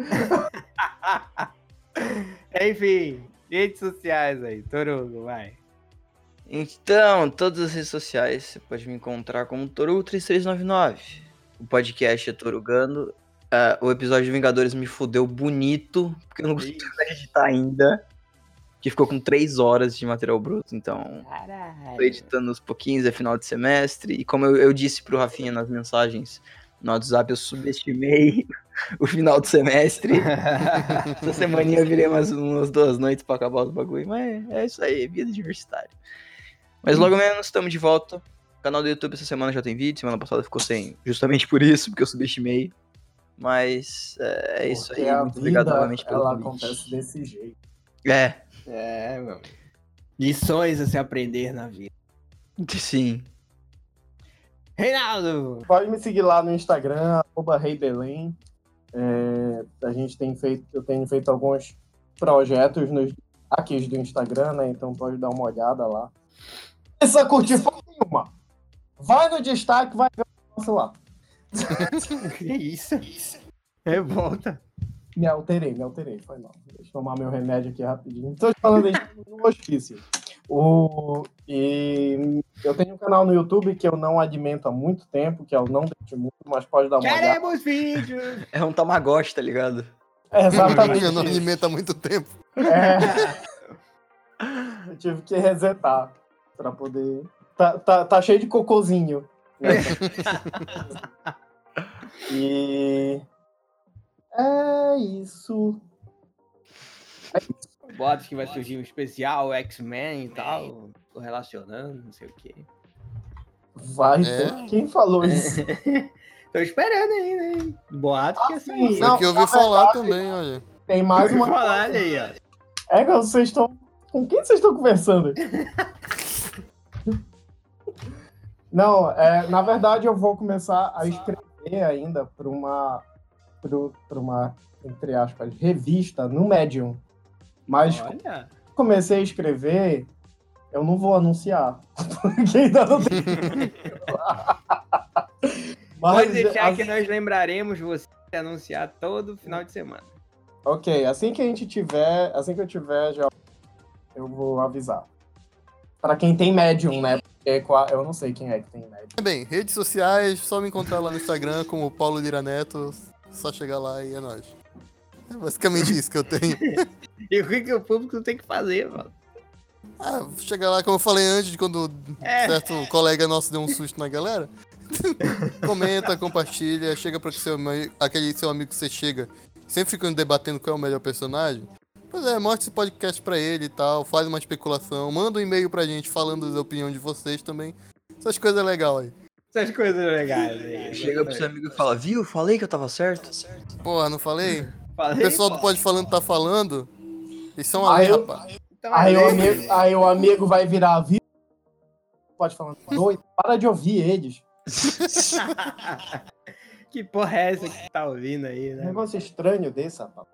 Enfim, redes sociais aí, Torugo, vai. Então, todas as redes sociais, você pode me encontrar como Torugo três três nove nove. O podcast é Torugando. Ah, o episódio de Vingadores me fudeu bonito, porque eu não consegui editar ainda. Que ficou com três horas de material bruto, então Caralho. tô editando aos pouquinhos, é final de semestre. E como eu, eu disse pro Rafinha nas mensagens no WhatsApp, eu subestimei o final de semestre. Essa semaninha eu virei mais umas duas noites pra acabar os bagulho, mas é isso aí, vida universitária. Mas logo menos estamos de volta. O canal do YouTube essa semana já tem vídeo, semana passada ficou sem, justamente por isso, porque eu subestimei. Mas é, é isso Porque aí, a muito obrigado vida, novamente pelo ela convite. acontece desse jeito. É, É, meu. Lições a se aprender na vida. sim. Reinaldo! Pode me seguir lá no Instagram, arroba Rei Belém. É, a gente tem feito, eu tenho feito alguns projetos nos destaques do Instagram, né? Então pode dar uma olhada lá. Essa curtir foi nenhuma. Vai no destaque, vai ver o negócio lá. Que isso? Revolta. Me alterei, me alterei, foi mal. Deixa eu tomar meu remédio aqui rapidinho. Estou falando aí no hospício. O, e eu tenho um canal no YouTube que eu não alimento há muito tempo, que é o Não Deixe Muito, mas pode dar uma olhada. Queremos vídeos! É um Tamagotchi, tá ligado? É exatamente Eu não isso. alimento há muito tempo. É. Eu tive que resetar pra poder. Tá, tá, tá cheio de cocôzinho. Né? E. É isso. Boatos que vai surgir um especial X-Men e tal, tô relacionando, não sei o quê. Vai É? ter. Quem falou isso? Tô esperando aí, né? Boatos que Ah, assim. sim, Foi não, o que eu na ouvi falar verdade- também, olha. Tem mais uma. Falar aí, ó. É que vocês estão. Com quem vocês estão conversando? Não, é, na verdade eu vou começar a escrever ainda para uma, para uma, entre aspas, revista no Medium. Mas Olha. comecei a escrever, eu não vou anunciar. Porque ainda não tem. Pode deixar as- que nós lembraremos você de anunciar todo final de semana. Ok, assim que a gente tiver, assim que eu tiver, já eu vou avisar. Para quem tem Medium, né? Porque qua- eu não sei quem é que tem Medium. Bem, redes sociais, só me encontrar lá no Instagram como Paulo Lira Neto. Só chegar lá e é nóis. É basicamente isso que eu tenho. E o que, que o público tem que fazer, mano? Ah, chegar lá, como eu falei antes, de quando É. certo colega nosso deu um susto na galera. Comenta, compartilha, chega para seu, aquele seu amigo que você chega, sempre ficando debatendo qual é o melhor personagem. Pois é, mostra esse podcast pra ele e tal, faz uma especulação, manda um e-mail pra gente falando da opinião de vocês também. Essas coisas legais aí. Essas coisas legais aí. Chega pro seu amigo e fala, viu? Falei que eu tava certo. Porra, não falei? Falei, O pessoal do Pode Falando tá falando. Eles são Aí ali, eu- rapaz. Então, Aí o, aí, amigo, aí o amigo vai virar viu? Pode falar, doido, para de ouvir eles. Que porra é essa que tá ouvindo aí, Um né? negócio estranho desse, rapaz.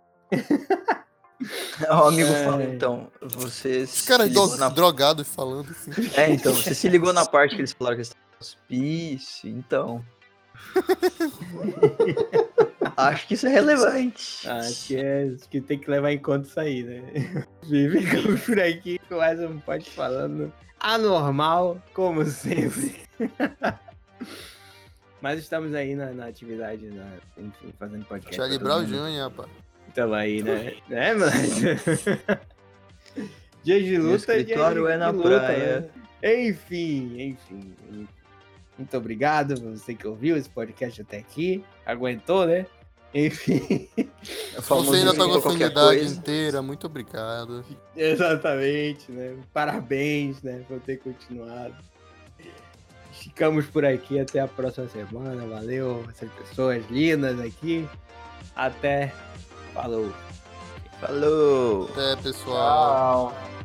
O amigo É. fala, então, você Os se caras ligou do- na... drogados falando assim. É, então, você se ligou na parte que eles falaram que eles estavam no hospício, então... Acho que isso é relevante. Acho que, é, acho que tem que levar em conta isso aí, né? Ficamos por aqui com mais um Pode Falando anormal, como sempre. Mas estamos aí na, na atividade, na, enfim, fazendo podcast. Charlie pra todo Brown mundo. Júnior, rapaz. Estamos aí, né? né, mano? Dia de Meu luta, dia escritório de, é na de luta, praia. né? Enfim, enfim. Muito obrigado por você que ouviu esse podcast até aqui. Aguentou, né? Enfim. O Se famoso você ainda tá escutou gostando da qualquer idade coisa. inteira, muito obrigado. Exatamente, né? Parabéns, né? Por ter continuado. Ficamos por aqui até a próxima semana. Valeu, essas pessoas lindas aqui. Até. Falou. Falou! Até, pessoal. Tchau.